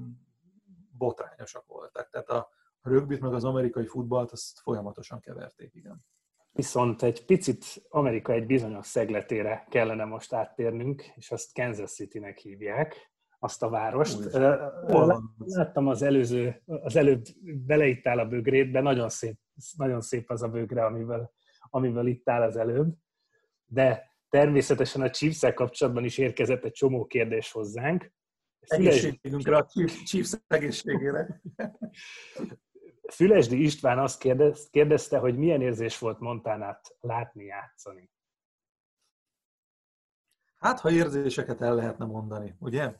botrányosak voltak. Tehát a rögbit meg az amerikai futballt azt folyamatosan keverték, igen. Viszont egy picit Amerika egy bizonyos szegletére kellene most áttérnünk, és azt Kansas City-nek hívják, azt a várost. Láttam az előző, az előbb beleittál a bögrétbe, nagyon szép, nagyon szép az a bögre, amivel, amivel ittál az előbb, de természetesen a Chiefs-szel kapcsolatban is érkezett egy csomó kérdés hozzánk. Egészségünkre, a Chiefs egészségére. Fülesdi István azt kérdezte, hogy milyen érzés volt Montanát látni játszani. Hát, ha érzéseket el lehetne mondani, ugye?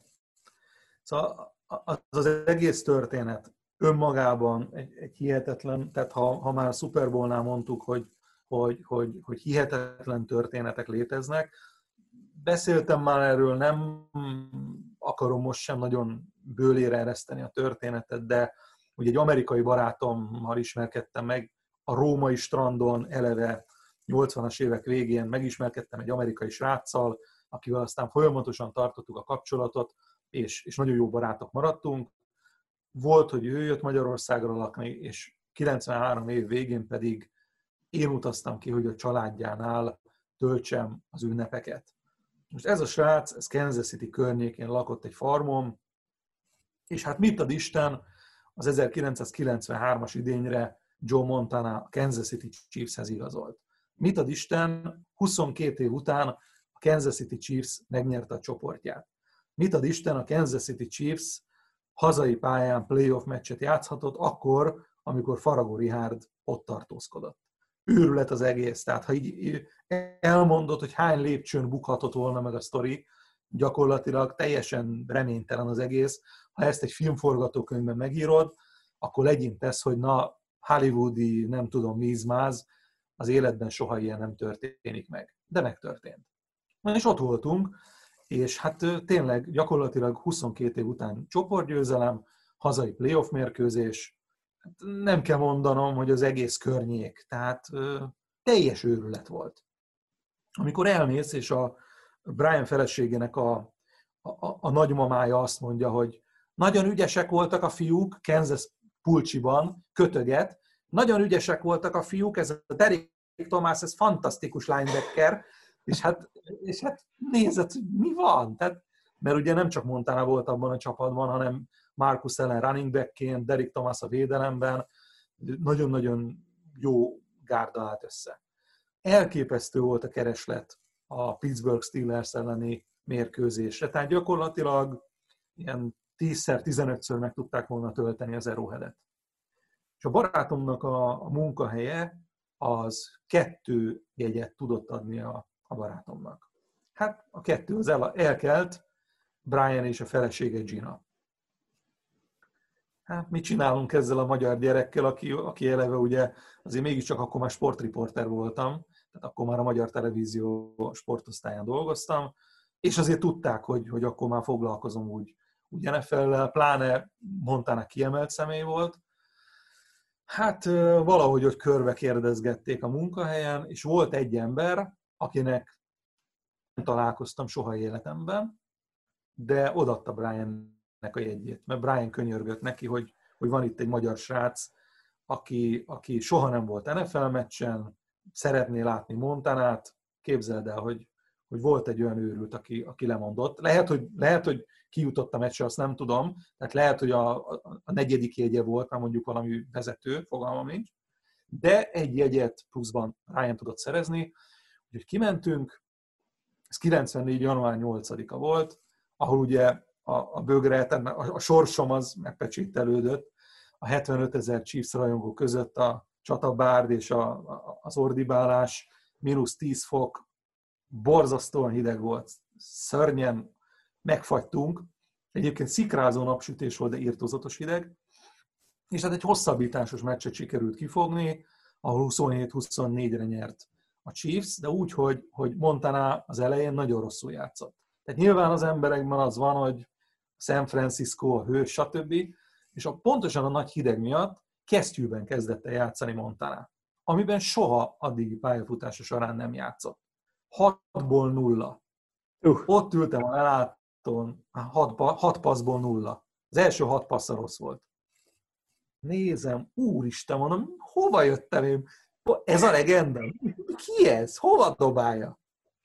Szóval az az egész történet önmagában egy, egy hihetetlen, tehát ha, ha már a Super Bowl-nál mondtuk, hogy, hogy, hogy, hogy hihetetlen történetek léteznek, beszéltem már erről, nem akarom most sem nagyon bőlére ereszteni a történetet, de ugye egy amerikai barátommal ismerkedtem meg a római strandon eleve nyolcvanas évek végén, megismerkedtem egy amerikai sráccal, akivel aztán folyamatosan tartottuk a kapcsolatot, és, és nagyon jó barátok maradtunk. Volt, hogy ő jött Magyarországra lakni, és kilencvenhárom év végén pedig én utaztam ki, hogy a családjánál töltsem az ünnepeket. Most ez a srác, ez Kansas City környékén lakott egy farmon, és hát mit ad Isten, az ezerkilencszázkilencvenhármas idényre Joe Montana a Kansas City Chiefshez igazolt. Mit ad Isten, huszonkét év után a Kansas City Chiefs megnyerte a csoportját. Mit ad Isten, a Kansas City Chiefs hazai pályán playoff meccset játszhatott akkor, amikor Faragó Richard ott tartózkodott. Őrület az egész, tehát ha így elmondod, hogy hány lépcsőn bukhatott volna meg a sztori, gyakorlatilag teljesen reménytelen az egész. Ha ezt egy filmforgatókönyvben megírod, akkor legyintesz, hogy na, hollywoodi, nem tudom, mízmáz, az életben soha ilyen nem történik meg. De megtörtént. Na és ott voltunk, és hát tényleg gyakorlatilag huszonkét év után csoportgyőzelem, hazai playoff mérkőzés, nem kell mondanom, hogy az egész környék, tehát teljes őrület volt. Amikor elmész, és a Brian feleségének a, a, a nagymamája azt mondja, hogy nagyon ügyesek voltak a fiúk, Kansas pulcsiban, kötöget, nagyon ügyesek voltak a fiúk, ez a Derek Thomas, ez fantasztikus linebacker, és hát, és hát nézed, hogy mi van? Tehát, mert ugye nem csak Montana volt abban a csapatban, hanem Marcus Allen running backként, Derek Thomas a védelemben, nagyon-nagyon jó gárda állt össze. Elképesztő volt a kereslet a Pittsburgh Steelers elleni mérkőzésre, tehát gyakorlatilag ilyen tízszer, tizenötször meg tudták volna tölteni az Arrowheadet. És a barátomnak a, a munkahelye az kettő jegyet tudott adni a, a barátomnak. Hát a kettő az el, elkelt, Brian és a felesége Gina. Hát mit csinálunk ezzel a magyar gyerekkel, aki, aki eleve ugye, azért mégiscsak akkor már sportriporter voltam, tehát akkor már a Magyar Televízió sportosztályán dolgoztam, és azért tudták, hogy, hogy akkor már foglalkozom úgy, úgy en ef el-lel, pláne Montana kiemelt személy volt. Hát valahogy, hogy körbe kérdezgették a munkahelyen, és volt egy ember, akinek nem találkoztam soha életemben, de odaadta Briannek a jegyét, mert Brian könyörgött neki, hogy, hogy van itt egy magyar srác, aki, aki soha nem volt en ef el meccsen, szeretné látni Montanát, képzeld el, hogy, hogy volt egy olyan őrült, aki, aki lemondott. Lehet, hogy, lehet, hogy kijutott a meccsre, azt nem tudom, tehát lehet, hogy a, a, a negyedik jegye volt, már mondjuk valami vezető, fogalmam nincs, de egy jegyet pluszban Ryan tudott szerezni, úgyhogy kimentünk, ez kilencvennégy. január nyolcadika volt, ahol ugye a, a bögre, tehát a, a sorsom az megpecsételődött, a hetvenötezer Chiefs rajongó között a csatabárd és a, a, az ordibálás, mínusz tíz fok, borzasztóan hideg volt, szörnyen megfagytunk. Egyébként szikrázó napsütés volt, de irtózatos hideg. És hát egy hosszabbításos meccset sikerült kifogni, ahol huszonhét huszonnégyre nyert a Chiefs, de úgy, hogy, hogy Montana az elején nagyon rosszul játszott. Tehát nyilván az emberekben az van, hogy San Francisco a hős, stb. És a, pontosan a nagy hideg miatt kesztyűben kezdett el játszani Montana, amiben soha addigi pályafutása során nem játszott. hatból nulla. Uh. Ott ültem a lelátón, hat, hat passzból nulla. Az első hat passza rossz volt. Nézem, úristen, mondom, hova jöttem én? Ez a legenda? Ki ez? Hova dobálja?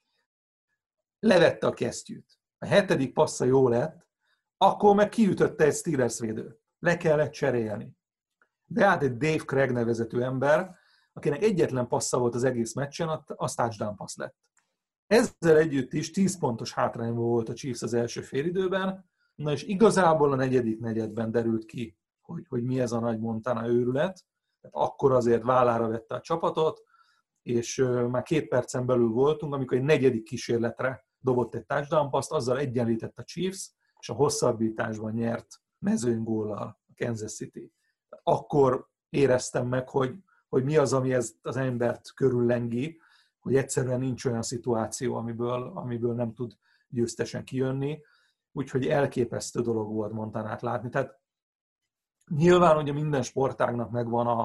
Levette a kesztyűt. A hetedik passza jó lett, akkor meg kiütötte egy Steelers védőt. Le kellett cserélni. Beállt egy Dave Craig nevezetű ember, akinek egyetlen passza volt az egész meccsen, az touchdown passz lett. Ezzel együtt is tíz pontos hátrányban volt a Chiefs az első félidőben, na és igazából a negyedik negyedben derült ki, hogy, hogy mi ez a nagy Montana őrület. Akkor azért vállára vette a csapatot, és már két percen belül voltunk, amikor egy negyedik kísérletre dobott egy touchdown paszt, azzal egyenlített a Chiefs, és a hosszabbításban nyert mezőnygóllal a Kansas City. Akkor éreztem meg, hogy, hogy mi az, ami ezt az embert körüllengi, hogy egyszerűen nincs olyan szituáció, amiből, amiből nem tud győztesen kijönni. Úgyhogy elképesztő dolog volt Montanát látni. Tehát nyilván ugye minden sportágnak megvan a,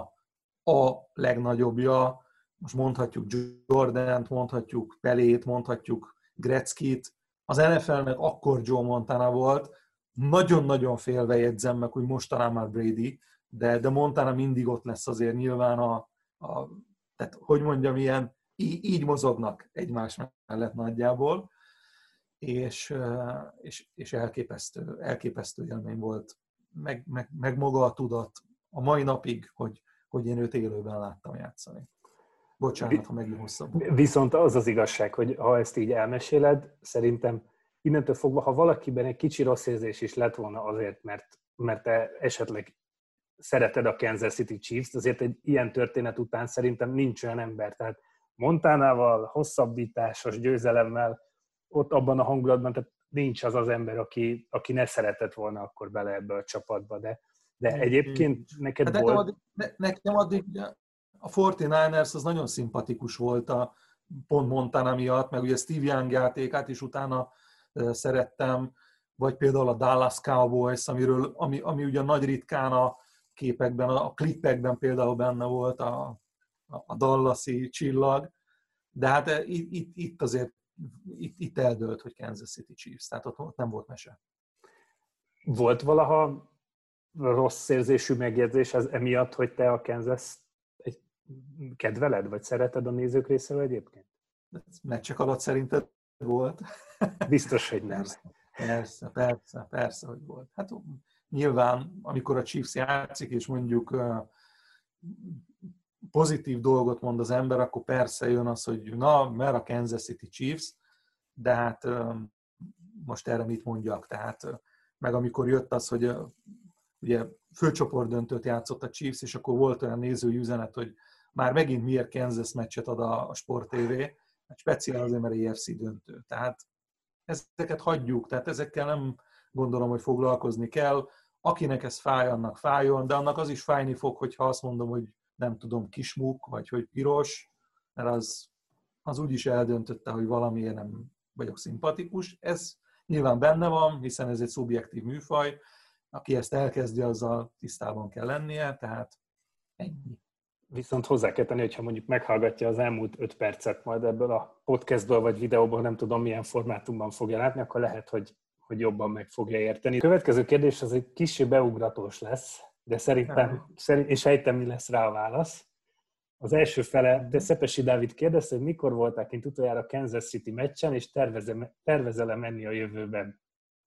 a legnagyobbja, most mondhatjuk Jordant, mondhatjuk Pelét, mondhatjuk Gretzkyt. Az en ef el-nek akkor Joe Montana volt, nagyon-nagyon félve jegyzem meg, hogy most talán már Brady, de, de Montana mindig ott lesz azért nyilván a, a tehát hogy mondjam, ilyen így, így mozognak egymás mellett nagyjából, és, és, és elképesztő, elképesztő élmény volt, meg, meg, meg maga a tudat a mai napig, hogy, hogy én őt élőben láttam játszani. Bocsánat, ha megint hosszabb. Viszont az az igazság, hogy ha ezt így elmeséled, szerintem innentől fogva, ha valakiben egy kicsi rossz érzés is lett volna azért, mert, mert te esetleg szereted a Kansas City Chiefs, azért egy ilyen történet után szerintem nincs olyan ember. Tehát Montanával, hosszabbításos győzelemmel, ott abban a hangulatban, tehát nincs az az ember, aki, aki ne szeretett volna akkor bele ebbe a csapatba, de, de egyébként neked hát volt... Nekem addig, nekem addig a negyvenkilencesek az nagyon szimpatikus volt a pont Montana miatt, meg ugye Steve Young játékát is utána szerettem, vagy például a Dallas Cowboys, amiről, ami, ami ugye nagy ritkán a képekben, a klipekben például benne volt a, a Dallasi csillag, de hát itt, itt azért itt, itt eldőlt, hogy Kansas City Chiefs, tehát ott, ott nem volt mese. Volt valaha rossz érzésű megjegyzés az emiatt, hogy te a Kansas egy kedveled, vagy szereted a nézők részéről egyébként? Meccsek alatt szerinted volt? Biztos, hogy nem. Persze, persze, persze, hogy volt. Hát nyilván, amikor a Chiefs játszik, és mondjuk pozitív dolgot mond az ember, akkor persze jön az, hogy na, mert a Kansas City Chiefs, de hát most erre mit mondjak, tehát meg amikor jött az, hogy ugye főcsoportdöntőt játszott a Chiefs, és akkor volt olyan nézői üzenet, hogy már megint miért Kansas meccset ad a Sport té vé, hát speciál azért, mert á ef cé döntő. Tehát ezeket hagyjuk, tehát ezekkel nem gondolom, hogy foglalkozni kell. Akinek ez fáj, annak fájjon, de annak az is fájni fog, hogyha azt mondom, hogy nem tudom, kismuk, vagy hogy piros, mert az, az úgyis eldöntötte, hogy valamiért nem vagyok szimpatikus. Ez nyilván benne van, hiszen ez egy szubjektív műfaj. Aki ezt elkezdi, azzal tisztában kell lennie, tehát ennyi. Viszont hozzá kell tenni, hogyha mondjuk meghallgatja az elmúlt öt percet majd ebből a podcastból vagy videóból, nem tudom milyen formátumban fogja látni, akkor lehet, hogy, hogy jobban meg fogja érteni. A következő kérdés az egy kicsi beugratós lesz, de szerintem, szerint, és sejtem, mi lesz rá a válasz. Az első fele, de Szepesi Dávid kérdezte, hogy mikor voltál kint utoljára Kansas City meccsen, és tervezel-e menni a jövőben?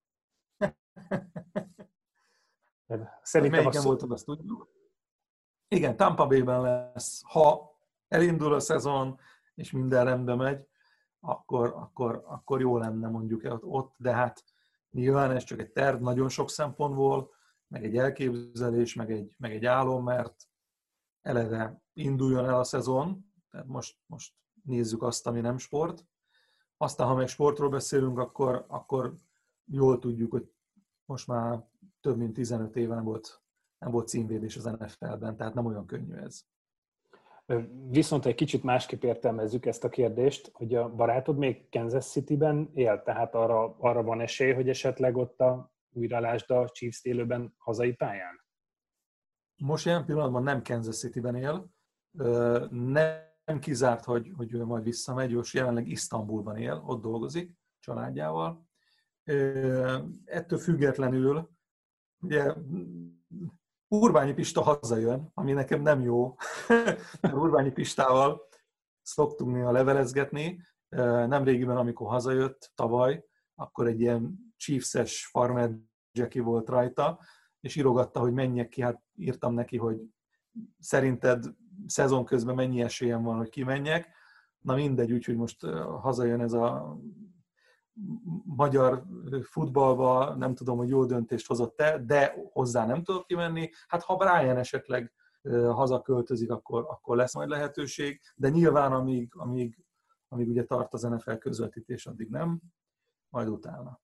Szerintem melyiken voltam, azt tudjuk. Igen, Tampa Bay-ben lesz. Ha elindul a szezon, és minden rendben megy, akkor, akkor, akkor jó lenne mondjuk ott, de hát nyilván ez csak egy terv nagyon sok szempontból, meg egy elképzelés, meg egy, meg egy álom, mert eleve induljon el a szezon, tehát most, most nézzük azt, ami nem sport. Aztán, ha meg sportról beszélünk, akkor, akkor jól tudjuk, hogy most már több mint tizenöt éve nem volt, nem volt címvédés az en ef el-ben, tehát nem olyan könnyű ez. Viszont egy kicsit másképp értelmezzük ezt a kérdést, hogy a barátod még Kansas City-ben él, tehát arra, arra van esély, hogy esetleg ott a újra lásd a Chiefs élőben hazai pályán? Most ilyen pillanatban nem Kansas City-ben él, nem kizárt, hogy, hogy ő majd visszamegy, és jelenleg Isztambulban él, ott dolgozik családjával. Ettől függetlenül, ugye Urbányi Pista hazajön, ami nekem nem jó, mert Urbányi Pistával szoktunk néha levelezgetni. Nemrégiben, amikor hazajött tavaly, akkor egy ilyen Chiefs-es farmer Jackie volt rajta, és írogatta, hogy menjek ki, hát írtam neki, hogy szerinted szezon közben mennyi esélyem van, hogy kimenjek. Na mindegy, úgyhogy most hazajön ez a magyar futballba, nem tudom, hogy jó döntést hozott-e, de hozzá nem tudok kimenni. Hát ha Brian esetleg hazaköltözik, akkor, akkor lesz majd lehetőség, de nyilván amíg, amíg, amíg ugye tart az en ef el közvetítés, addig nem, majd utána.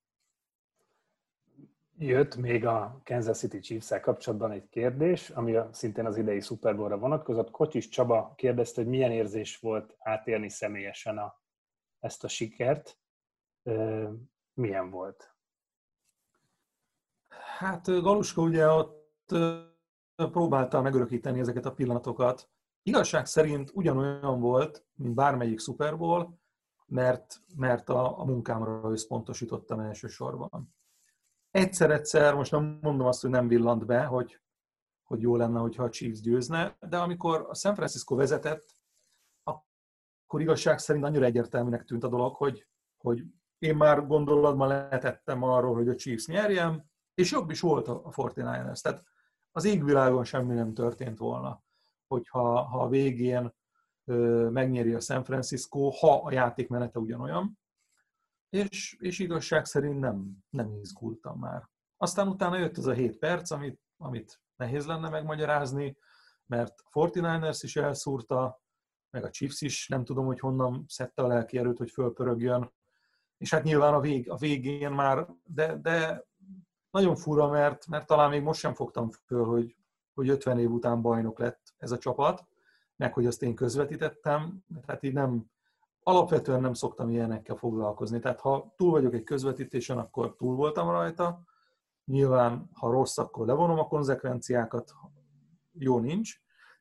Jött még a Kansas City Chiefs-szel kapcsolatban egy kérdés, ami szintén az idei Super Bowl-ra vonatkozott. Kocsis Csaba kérdezte, hogy milyen érzés volt átélni személyesen a, ezt a sikert. Milyen volt? Hát Galuska ugye ott próbálta megörökíteni ezeket a pillanatokat. Igazság szerint ugyanolyan volt, mint bármelyik Super Bowl, mert, mert a, a munkámra összpontosítottam elsősorban. Egyszer-egyszer, most nem mondom azt, hogy nem villant be, hogy, hogy jó lenne, hogyha a Chiefs győzne, de amikor a San Francisco vezetett, akkor igazság szerint annyira egyértelműnek tűnt a dolog, hogy, hogy én már gondolatban letettem arról, hogy a Chiefs nyerjen, és jobb is volt a negyvenkilencesek. Tehát az égvilágon semmi nem történt volna, hogyha ha a végén ö, megnyeri a San Francisco, ha a játékmenete ugyanolyan, és, és igazság szerint nem, nem izgultam már. Aztán utána jött az a hét perc, amit, amit nehéz lenne megmagyarázni, mert a negyvenkilencesek is elszúrta, meg a Chiefs is, nem tudom, hogy honnan szedte a lelki erőt, hogy fölpörögjön. És hát nyilván a, vég, a végén már, de, de nagyon fura, mert, mert talán még most sem fogtam föl, hogy, hogy ötven év után bajnok lett ez a csapat, meg hogy azt én közvetítettem, tehát így nem, alapvetően nem szoktam ilyenekkel foglalkozni. Tehát ha túl vagyok egy közvetítésen, akkor túl voltam rajta. Nyilván, ha rossz, akkor levonom a konzekvenciákat, jó nincs,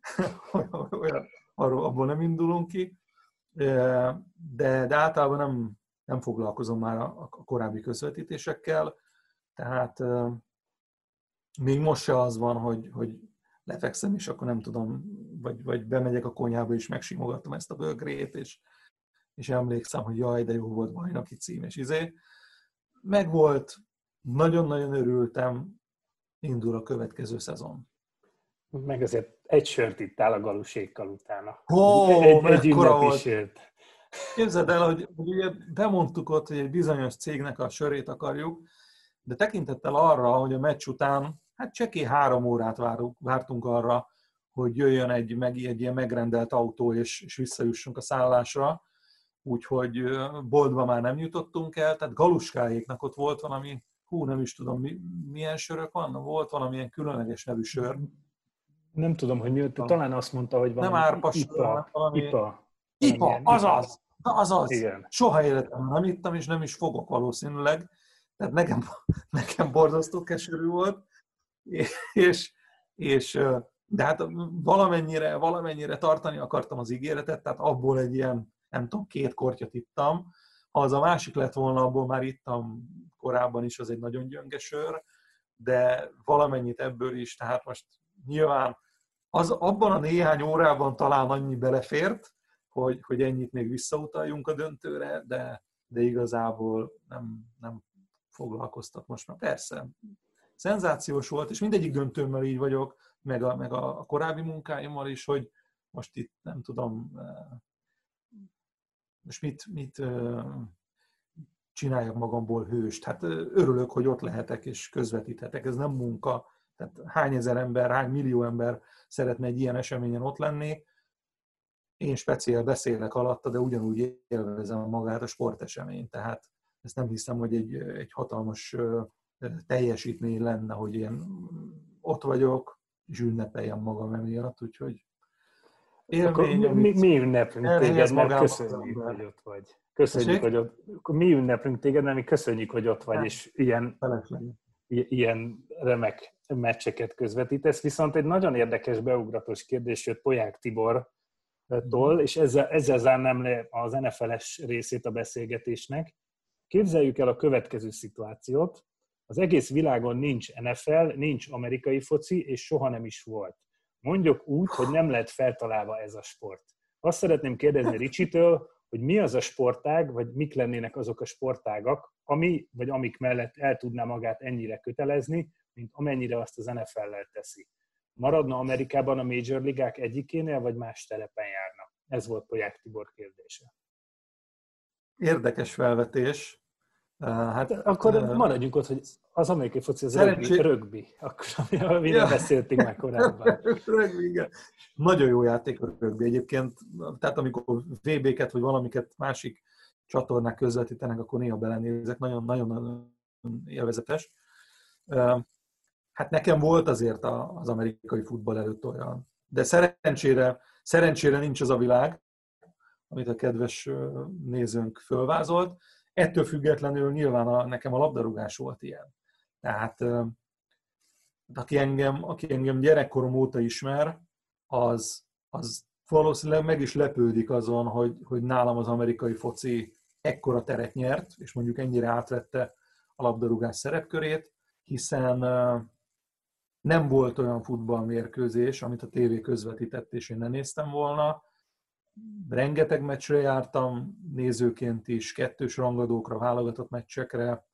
arról abból nem indulunk ki, de, de általában nem, nem foglalkozom már a, a korábbi közvetítésekkel, tehát euh, még most se az van, hogy, hogy lefekszem, és akkor nem tudom, vagy, vagy bemegyek a konyhába, és megsimogatom ezt a bögrét, és, és emlékszem, hogy jaj, de jó volt bajnoki cím, és izé. Megvolt, nagyon-nagyon örültem, indul a következő szezon. Meg azért egy sört ittál a galusékkal utána. Ó, egy, egy ünnepi sört. Képzeld el, hogy ugye bemondtuk ott, hogy egy bizonyos cégnek a sörét akarjuk, de tekintettel arra, hogy a meccs után hát csekély három órát várunk, vártunk arra, hogy jöjjön egy, meg, egy ilyen megrendelt autó, és, és visszajussunk a szállásra, úgyhogy boltba már nem jutottunk el, tehát galuskáéknak ott volt valami, hú, nem is tudom, mi, milyen sörök vannak, volt valamilyen különleges nevű sör. Nem tudom, hogy mi, talán azt mondta, hogy valami nem árpas, ipa. Valami... Ipa. Ipa, azaz! Na, azaz! Igen. Soha életemben nem ittam, és nem is fogok valószínűleg. Tehát nekem, nekem borzasztó keserű volt. És, és, de hát valamennyire, valamennyire tartani akartam az ígéretet, tehát abból egy ilyen, nem tudom, két kortyot ittam. Ha az a másik lett volna, abból már ittam korábban is, az egy nagyon gyönge sör, de valamennyit ebből is, tehát most nyilván az, abban a néhány órában talán annyi belefért, hogy, hogy ennyit még visszautaljunk a döntőre, de, de igazából nem, nem foglalkoztat most már. Persze, szenzációs volt, és mindegyik döntőmmel így vagyok, meg a, meg a korábbi munkáimmal is, hogy most itt nem tudom, most mit, mit csináljak magamból hőst. Hát örülök, hogy ott lehetek és közvetíthetek, ez nem munka. Tehát hány ezer ember, hány millió ember szeretne egy ilyen eseményen ott lenni. Én speciál beszélek alatta, de ugyanúgy élvezem magát a sporteseményt. Tehát ezt nem hiszem, hogy egy, egy hatalmas teljesítmény lenne, hogy én ott vagyok, és ünnepeljem magam emiatt, úgyhogy élmény, mi, mi ünneplünk téged, mert köszönjük, hogy ott vagy. Köszönjük, hogy ott, mi ünneplünk téged, mert mi köszönjük, hogy ott vagy, és ilyen, ilyen remek meccseket közvetítesz. Viszont egy nagyon érdekes beugratos kérdés jött Polyák Tibortól, és ezzel, ezzel zárnám le az en ef el-es részét a beszélgetésnek. Képzeljük el a következő szituációt. Az egész világon nincs en ef el, nincs amerikai foci, és soha nem is volt. Mondjuk úgy, hogy nem lett feltalálva ez a sport. Azt szeretném kérdezni Ricsitől, hogy mi az a sportág, vagy mik lennének azok a sportágak, ami, vagy amik mellett el tudná magát ennyire kötelezni, mint amennyire azt az en ef el-lel teszi. Maradna Amerikában a major ligák egyikénél, vagy más telepen járna? Ez volt Poják Tibor kérdése. Érdekes felvetés. Hát, akkor uh, maradjunk ott, hogy az amerikai foci az szerencsé... rögbi, akkor, amiről ja. beszéltünk már korábban. Rögbi, igen. Nagyon jó játék a rögbi egyébként, tehát amikor vé béket vagy valamiket másik csatornák közvetítenek, akkor néha belenézek, nagyon-nagyon élvezetes. Hát nekem volt azért az amerikai futball előtt olyan, de szerencsére, szerencsére nincs az a világ, amit a kedves nézőnk fölvázolt. Ettől függetlenül nyilván a, nekem a labdarúgás volt ilyen. Tehát aki engem, aki engem gyerekkorom óta ismer, az, az valószínűleg meg is lepődik azon, hogy, hogy nálam az amerikai foci ekkora teret nyert, és mondjuk ennyire átvette a labdarúgás szerepkörét, hiszen nem volt olyan futballmérkőzés, amit a tévé közvetített, és én ne néztem volna. Rengeteg meccsre jártam, nézőként is, kettős rangadókra, válogatott meccsekre.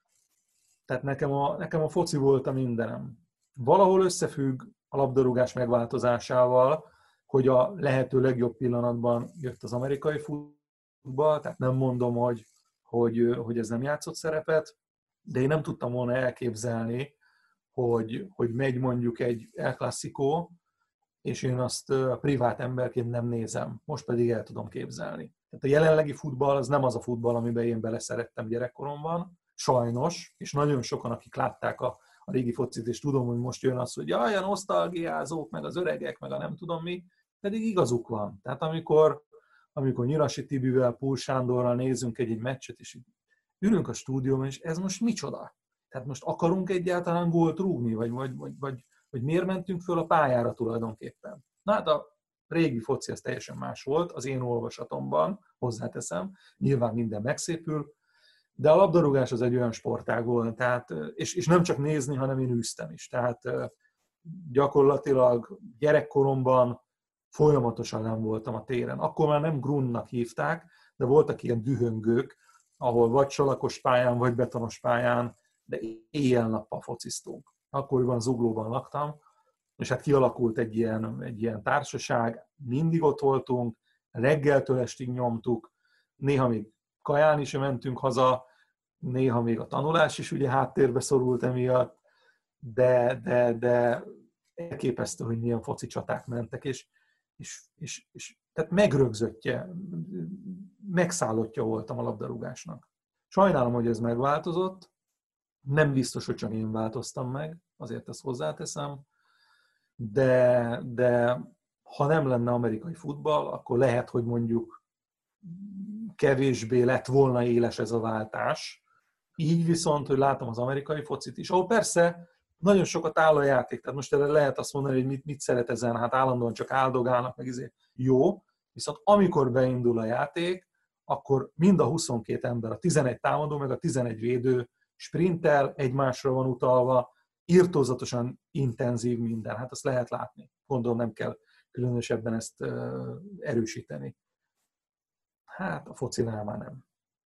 Tehát nekem a, nekem a foci volt a mindenem. Valahol összefügg a labdarúgás megváltozásával, hogy a lehető legjobb pillanatban jött az amerikai futball, tehát nem mondom, hogy, hogy, hogy ez nem játszott szerepet, de én nem tudtam volna elképzelni, hogy, hogy megy mondjuk egy El Clásico, és én azt privát emberként nem nézem. Most pedig el tudom képzelni. Tehát a jelenlegi futball az nem az a futball, amiben én beleszerettem gyerekkoromban, sajnos, és nagyon sokan, akik látták a, a régi focit, és tudom, hogy most jön az, hogy jaj, a nosztalgiázók, meg az öregek, meg a nem tudom mi, pedig igazuk van. Tehát amikor, amikor Nyirasi Tibivel, Púl Sándorral nézünk egy-egy meccset, és ülünk a stúdióban, és ez most micsoda? Tehát most akarunk egyáltalán gólt rúgni, vagy, vagy, vagy, vagy, vagy miért mentünk föl a pályára tulajdonképpen? Na hát a régi foci az teljesen más volt, az én olvasatomban, hozzáteszem, nyilván minden megszépül, de a labdarúgás az egy olyan sportág volt, tehát, és, és nem csak nézni, hanem én űztem is. Tehát gyakorlatilag gyerekkoromban folyamatosan nem voltam a téren. Akkor már nem Grunnak hívták, de voltak ilyen dühöngők, ahol vagy salakos pályán, vagy betonos pályán, de éjjel-nappal fociztunk. Akkoriban Zuglóban laktam, és hát kialakult egy ilyen, egy ilyen társaság, mindig ott voltunk, reggeltől estig nyomtuk, néha még kajálni sem mentünk haza, néha még a tanulás is ugye háttérbe szorult emiatt, de, de, de elképesztő, hogy milyen foci csaták mentek, és, és, és, és tehát megrögzöttje, megszállottja voltam a labdarúgásnak. Sajnálom, hogy ez megváltozott, nem biztos, hogy csak én változtam meg, azért ezt hozzáteszem, de, de ha nem lenne amerikai futball, akkor lehet, hogy mondjuk kevésbé lett volna éles ez a váltás. Így viszont, hogy látom az amerikai focit is, ahol persze nagyon sokat áll a játék, tehát most erre lehet azt mondani, hogy mit, mit szeret ezen, hát állandóan csak áldogálnak, meg izé. Jó, viszont amikor beindul a játék, akkor mind a huszonkét ember, a tizenegy támadó, meg a tizenegy védő sprintel, egymásra van utalva, irtózatosan intenzív minden, hát azt lehet látni. Gondolom nem kell különösebben ezt uh, erősíteni. Hát a focinál már nem.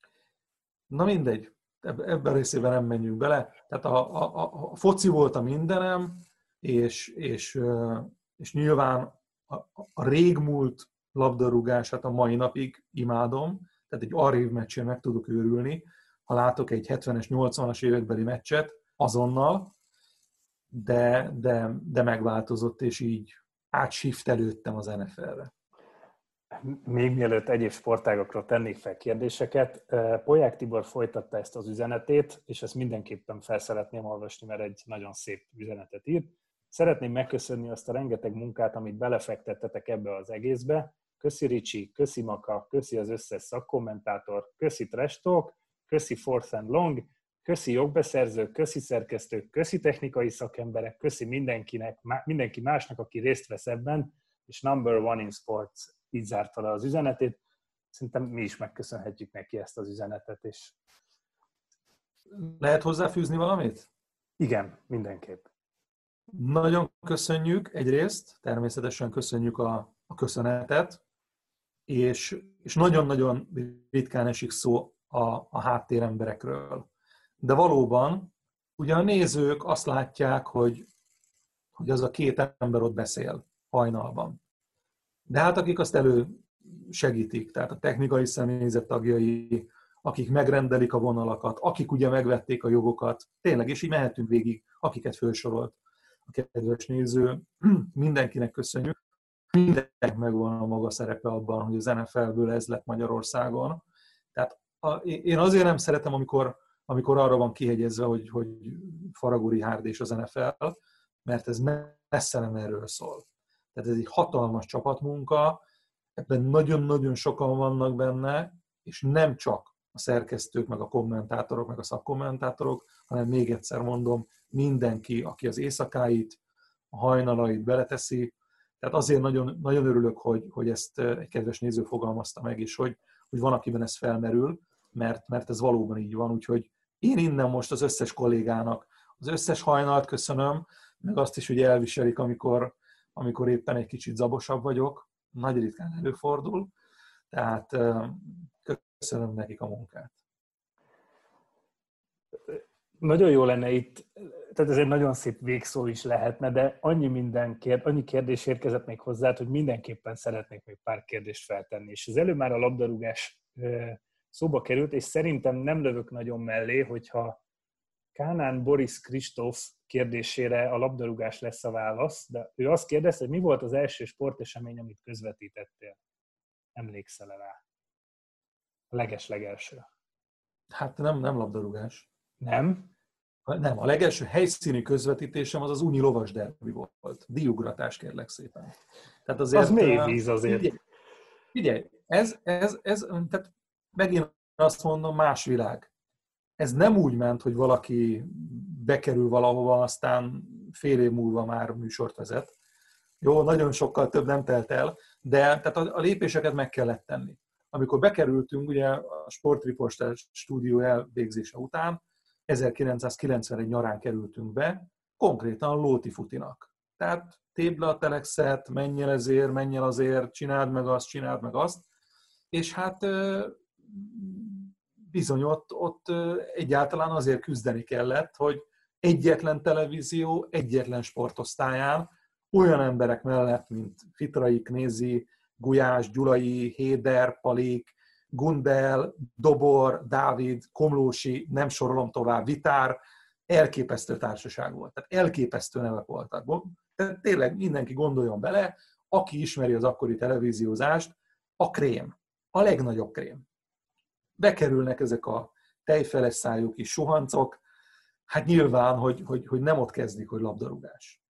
Na mindegy, ebben a részében nem menjünk bele. Tehát a, a, a foci volt a mindenem, és, és, és nyilván a, a régmúlt labdarúgását a mai napig imádom, tehát egy arrév meccsén meg tudok őrülni, ha látok egy hetvenes, nyolcvanas évekbeli meccset azonnal, de, de, de megváltozott, és így átsiftelődtem az en ef el-re. Még mielőtt egyéb sportágokról tennék fel kérdéseket, Poják Tibor folytatta ezt az üzenetét, és ezt mindenképpen fel szeretném olvasni, mert egy nagyon szép üzenetet írt. Szeretném megköszönni azt a rengeteg munkát, amit belefektettetek ebbe az egészbe. Köszi Ricsi, köszi Maka, köszi az összes szakkommentátor, köszi Trash Talk, köszi Fourth and Long, köszi jogbeszerzők, köszi szerkesztők, köszi technikai szakemberek, köszi mindenkinek, mindenki másnak, aki részt vesz ebben, és Number One in Sports így zárta le az üzenetét. Szerintem mi is megköszönhetjük neki ezt az üzenetet, és Lehet hozzáfűzni valamit? Igen, mindenképp. Nagyon köszönjük egyrészt, természetesen köszönjük a, a köszönetet, és, és nagyon-nagyon ritkán esik szó a, a háttéremberekről. De valóban, ugye a nézők azt látják, hogy, hogy az a két ember ott beszél hajnalban. De hát akik azt elő segítik, tehát a technikai személyzet tagjai, akik megrendelik a vonalakat, akik ugye megvették a jogokat, tényleg, és így mehetünk végig, akiket felsorolt a kedves néző, mindenkinek köszönjük. Mindenkinek megvan a maga szerepe abban, hogy az en ef el-ből ez lett Magyarországon. Tehát a, én azért nem szeretem, amikor, amikor arra van kihegyezve, hogy, hogy Faragó Richárd és az en ef el, mert ez messze nem erről szól. Tehát ez egy hatalmas csapatmunka, ebben nagyon-nagyon sokan vannak benne, és nem csak a szerkesztők, meg a kommentátorok, meg a szakkommentátorok, hanem még egyszer mondom, mindenki, aki az éjszakáit, a hajnalait beleteszi. Tehát azért nagyon, nagyon örülök, hogy, hogy ezt egy kedves néző fogalmazta meg, és hogy, hogy van, akiben ez felmerül, mert, mert ez valóban így van. Úgyhogy én innen most az összes kollégának az összes hajnalt köszönöm, meg azt is, hogy elviselik, amikor, amikor éppen egy kicsit zabosabb vagyok. Nagy ritkán előfordul. Tehát köszönöm nekik a munkát. Nagyon jó lenne itt, tehát ez egy nagyon szép végszó is lehetne, de annyi minden kérd, annyi kérdés érkezett még hozzá, hogy mindenképpen szeretnék még pár kérdést feltenni. És az előbb már a labdarúgás szóba került, és szerintem nem lövök nagyon mellé, hogyha Kánán Boris Kristóf kérdésére a labdarúgás lesz a válasz, de ő azt kérdezte, hogy mi volt az első sportesemény, amit közvetítettél? Emlékszel-e rá? A leges-legelső. Hát nem, nem labdarúgás. Nem? Nem, a legelső helyszíni közvetítésem az az Uni lovas derbi volt. Díjugratás, kérlek szépen. Tehát azért, az mély víz azért. Figyelj, figyelj ez, ez, ez, tehát megint azt mondom, más világ. Ez nem úgy ment, hogy valaki bekerül valahova, aztán fél év múlva már műsort vezet. Jó, nagyon sokkal több nem telt el, de tehát a, a lépéseket meg kellett tenni. Amikor bekerültünk, ugye a Sportriporter stúdió elvégzése után, ezerkilencszázkilencvenegy nyarán kerültünk be, konkrétan Lóti Futinak. Tehát tépd le a telexet, menj el ezért, menj el azért, csináld meg azt, csináld meg azt. És hát bizony ott, ott egyáltalán azért küzdeni kellett, hogy egyetlen televízió, egyetlen sportosztályán olyan emberek mellett, mint Fitrai, Knézi, Gulyás, Gyulai, Héder, Palik, Gundel, Dobor, Dávid, Komlósi, nem sorolom tovább, Vitár, elképesztő társaság volt. Tehát elképesztő nevek voltak. Tehát tényleg mindenki gondoljon bele, aki ismeri az akkori televíziózást, a krém, a legnagyobb krém. Bekerülnek ezek a tejfeles szájú kis suhancok, hát nyilván, hogy, hogy, hogy nem ott kezdik, hogy labdarúgás.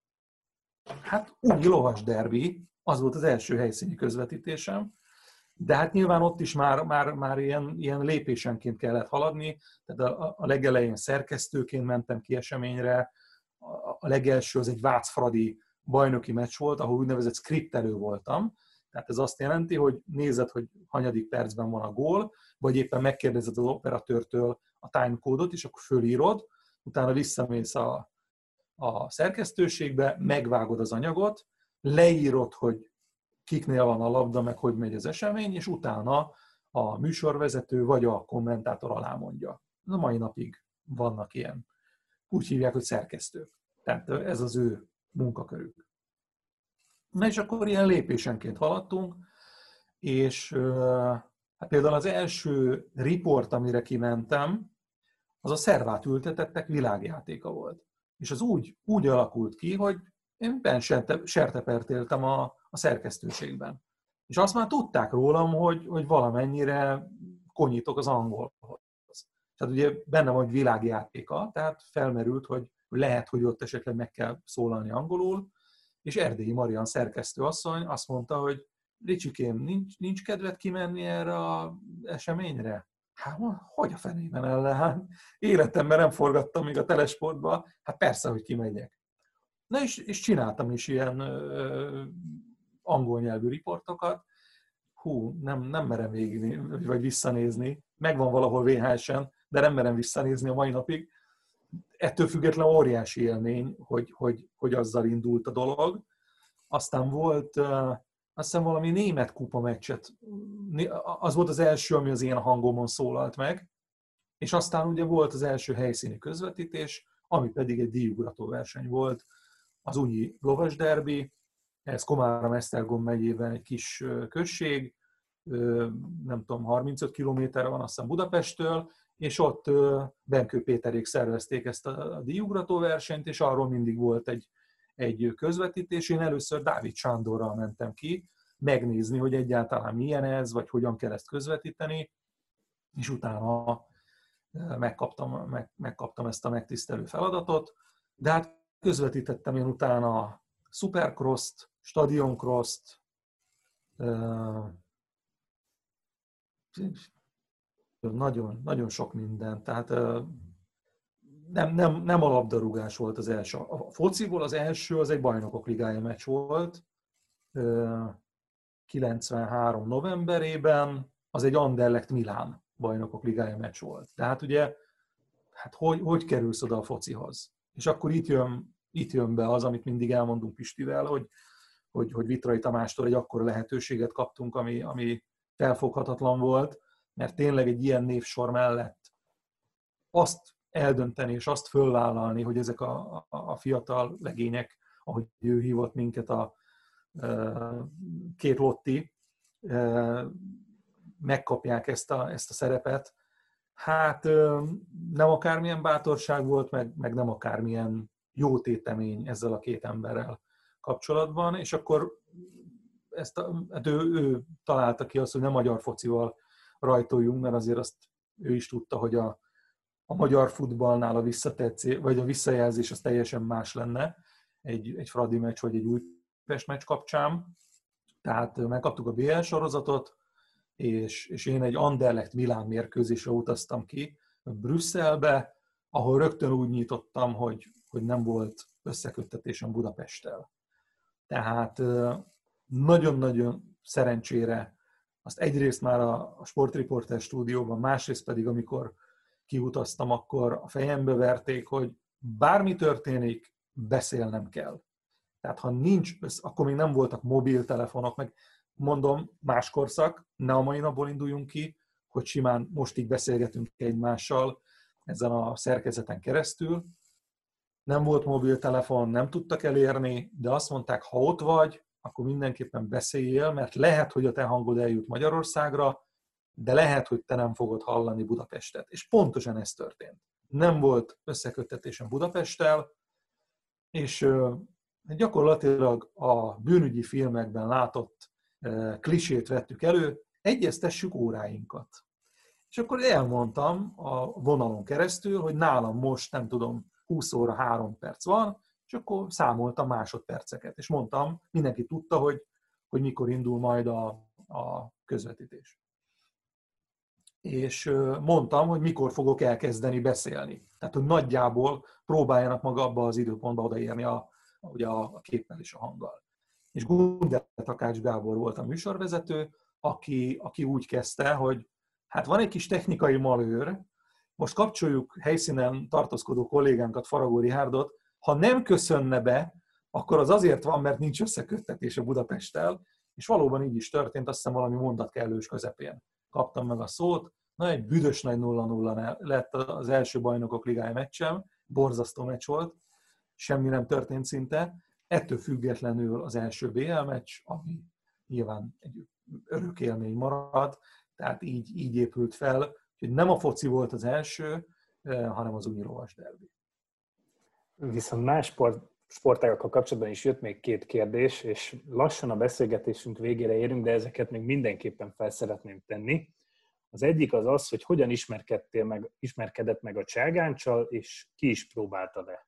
Hát Uni lovas derbi, az volt az első helyszíni közvetítésem, de hát nyilván ott is már, már, már ilyen, ilyen lépésenként kellett haladni, tehát a, a legelején szerkesztőként mentem ki eseményre, a legelső az egy Vácz-Fradi bajnoki meccs volt, ahol úgynevezett skriptelő voltam, tehát ez azt jelenti, hogy nézed, hogy hanyadik percben van a gól, vagy éppen megkérdezed az operatőrtől a timecode-ot, és akkor fölírod, utána visszamész a, a szerkesztőségbe, megvágod az anyagot, leírod, hogy kiknél van a labda, meg hogy megy az esemény, és utána a műsorvezető vagy a kommentátor alámondja. A mai napig vannak ilyen. Úgy hívják, hogy szerkesztők. Tehát ez az ő munkakörük. Na és akkor ilyen lépésenként haladtunk, és hát például az első riport, amire kimentem, az a Szervát ültetettek világjátéka volt. És az úgy, úgy alakult ki, hogy én ben sertepert éltem a, a szerkesztőségben. És azt már tudták rólam, hogy, hogy valamennyire konyítok az angolhoz. Tehát ugye benne van egy világjátéka, tehát felmerült, hogy lehet, hogy ott esetleg meg kell szólalni angolul, és Erdélyi Marian szerkesztőasszony azt mondta, hogy Ricsikém, nincs, nincs kedved kimenni erre az eseményre? Hát hogy a fenében ellen? Hát, életemben nem forgattam még a Telesportba, hát persze, hogy kimegyek. Na és, és csináltam is ilyen ö, angol nyelvű riportokat. Hú, nem, nem merem végigni, vagy visszanézni. Megvan valahol vé há es-en, de nem merem visszanézni a mai napig. Ettől függetlenül óriási élmény, hogy, hogy, hogy azzal indult a dolog. Aztán volt, azt hiszem valami német kupa meccset, az volt az első, ami az én hangomon szólalt meg, és aztán ugye volt az első helyszíni közvetítés, ami pedig egy díjugrató verseny volt, az Unyi lovas derbi, ez Komárom-Esztergom megyében egy kis község, nem tudom, harmincöt kilométerre van azt hiszem Budapesttől, és ott Benkő Péterék szervezték ezt a díjugrató versenyt, és arról mindig volt egy, egy közvetítés. Én először Dávid Sándorral mentem ki, megnézni, hogy egyáltalán milyen ez, vagy hogyan kell ezt közvetíteni, és utána megkaptam, meg, megkaptam ezt a megtisztelő feladatot, de hát közvetítettem én utána Supercross-t, Stadioncross-t, nagyon, nagyon sok minden, tehát nem, nem, nem a labdarúgás volt az első. A fociból az első az egy bajnokok ligája meccs volt, kilencvenhárom novemberében, az egy Anderlecht Milán bajnokok ligája meccs volt. Tehát ugye, hát hogy, hogy kerülsz oda a focihoz? És akkor itt jön, itt jön be az, amit mindig elmondunk Pistivel, hogy, hogy, hogy Vitrai Tamástól egy akkora lehetőséget kaptunk, ami, ami felfoghatatlan volt, mert tényleg egy ilyen névsor mellett azt eldönteni és azt fölvállalni, hogy ezek a, a, a fiatal legények, ahogy ő hívott minket, a e, két Lotti, e, megkapják ezt a, ezt a szerepet. Hát e, nem akármilyen bátorság volt, meg, meg nem akármilyen jó tétemény ezzel a két emberrel kapcsolatban, és akkor ezt a, hát ő, ő találta ki azt, hogy nem magyar focival rajtoljunk, mert azért azt ő is tudta, hogy a, a magyar futballnál a visszatetszés, vagy a visszajelzés az teljesen más lenne egy, egy Fradi meccs, vagy egy Újpest meccs kapcsán. Tehát megkaptuk a bé el sorozatot, és, és én egy Anderlecht Milán mérkőzésre utaztam ki Brüsszelbe, ahol rögtön úgy nyitottam, hogy, hogy nem volt összeköttetésem Budapesttel. Tehát nagyon-nagyon szerencsére azt egyrészt már a Sportriporter stúdióban, másrészt pedig, amikor kiutaztam, akkor a fejembe verték, hogy bármi történik, beszélnem kell. Tehát ha nincs, akkor még nem voltak mobiltelefonok, meg mondom, más korszak, ne a mai napból induljunk ki, hogy simán most így beszélgetünk egymással ezen a szerkezeten keresztül. Nem volt mobiltelefon, nem tudtak elérni, de azt mondták, ha ott vagy, akkor mindenképpen beszéljél, mert lehet, hogy a te hangod eljut Magyarországra, de lehet, hogy te nem fogod hallani Budapestet. És pontosan ez történt. Nem volt összeköttetésem Budapesttel, és gyakorlatilag a bűnügyi filmekben látott klisét vettük elő, egyeztessük óráinkat. És akkor elmondtam a vonalon keresztül, hogy nálam most, nem tudom, húsz óra három perc van, és akkor számoltam másodperceket, és mondtam, mindenki tudta, hogy, hogy mikor indul majd a, a közvetítés. És mondtam, hogy mikor fogok elkezdeni beszélni. Tehát, hogy nagyjából próbáljanak maga abba az időpontba odaérni a, ugye a képpel és a hanggal. És Gundel Takács Gábor volt a műsorvezető, aki, aki úgy kezdte, hogy hát van egy kis technikai malőr, most kapcsoljuk helyszínen tartózkodó kollégánkat, Faragó Rihárdot, ha nem köszönne be, akkor az azért van, mert nincs összeköttetés a Budapesttel, és valóban így is történt, azt hiszem valami mondatkellős közepén. Kaptam meg a szót, na egy büdös nagy nulla nulla lett az első bajnokok ligája meccsem, borzasztó meccs volt, semmi nem történt szinte, ettől függetlenül az első bé el meccs, ami nyilván egy örök élmény marad, tehát így, így épült fel, hogy nem a foci volt az első, hanem az Unyi lovas derbi. Viszont más sport, sportágakkal kapcsolatban is jött még két kérdés, és lassan a beszélgetésünk végére érünk, de ezeket még mindenképpen fel szeretném tenni. Az egyik az az, hogy hogyan ismerkedtél meg, ismerkedett meg a Cságáncsal, és ki is próbáltad-e?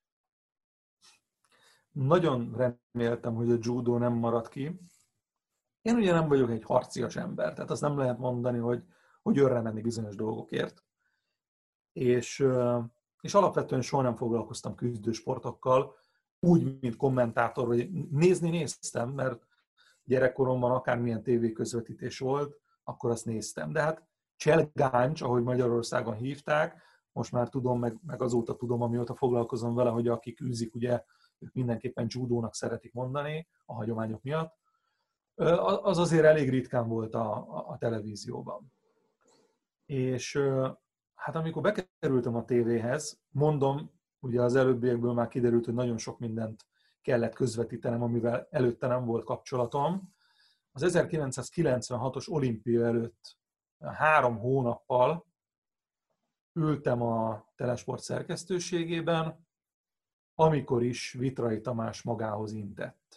Nagyon reméltem, hogy a judó nem marad ki. Én ugye nem vagyok egy harcias ember, tehát azt nem lehet mondani, hogy, hogy örre menni bizonyos dolgokért. És, és alapvetően soha nem foglalkoztam küzdősportokkal, úgy, mint kommentátor, vagy nézni néztem, mert gyerekkoromban akármilyen tévéközvetítés volt, akkor azt néztem. De hát Cselgáncs, ahogy Magyarországon hívták, most már tudom, meg, meg azóta tudom, amióta foglalkozom vele, hogy akik űzik, ugye, ők mindenképpen judónak szeretik mondani a hagyományok miatt. Az azért elég ritkán volt a, a, a televízióban. És hát amikor bekerültem a tévéhez, mondom, ugye az előbbiekből már kiderült, hogy nagyon sok mindent kellett közvetítenem, amivel előtte nem volt kapcsolatom. Az ezerkilencszázkilencvenhatos olimpia előtt három hónappal ültem a Telesport szerkesztőségében, amikor is Vitrai Tamás magához intett.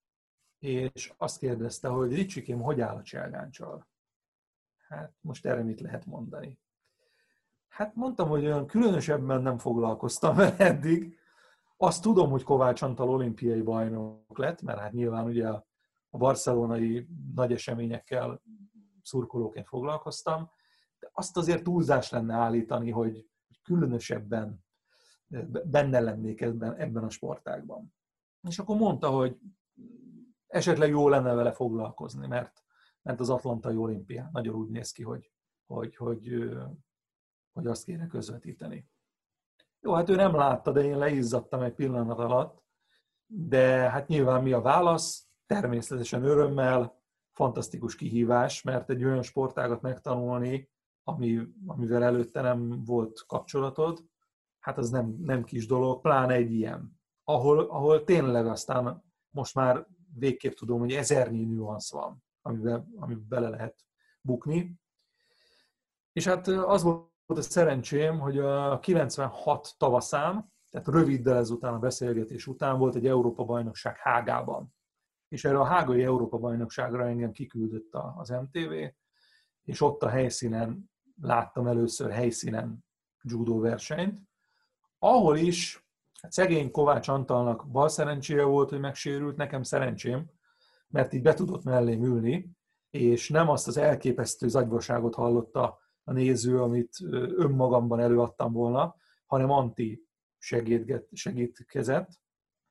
És azt kérdezte, hogy Ricsikém, hogy áll a cselgáncsal? Hát most erre mit lehet mondani? Hát mondtam, hogy olyan különösebben nem foglalkoztam vele eddig. Azt tudom, hogy Kovács Antal olimpiai bajnok lett, mert hát nyilván ugye a barcelonai nagy eseményekkel szurkolóként foglalkoztam, de azt azért túlzás lenne állítani, hogy különösebben benne lennék ebben, ebben a sportágban. És akkor mondta, hogy esetleg jó lenne vele foglalkozni, mert, mert az atlantai olimpián nagyon úgy néz ki, hogy, hogy, hogy, hogy azt kéne közvetíteni. Jó, hát ő nem látta, de én leizzadtam egy pillanat alatt, de hát nyilván mi a válasz? Természetesen örömmel, fantasztikus kihívás, mert egy olyan sportágat megtanulni, ami, amivel előtte nem volt kapcsolatod, hát az nem, nem kis dolog, pláne egy ilyen, ahol, ahol tényleg aztán most már végképp tudom, hogy ezernyi nüansz van, amiben, amiben bele lehet bukni. És hát az volt a szerencsém, hogy a kilencvenhat tavaszán, tehát röviddel ezután a beszélgetés után volt egy Európa-bajnokság Hágában. És erre a hágai Európa-bajnokságra engem kiküldött az em té vé, és ott a helyszínen láttam először helyszínen judó versenyt, ahol is hát szegény Kovács Antalnak bal szerencséje volt, hogy megsérült, nekem szerencsém, mert így be tudott mellém ülni, és nem azt az elképesztő zagyvaságot hallotta a néző, amit önmagamban előadtam volna, hanem Anti segítkezett.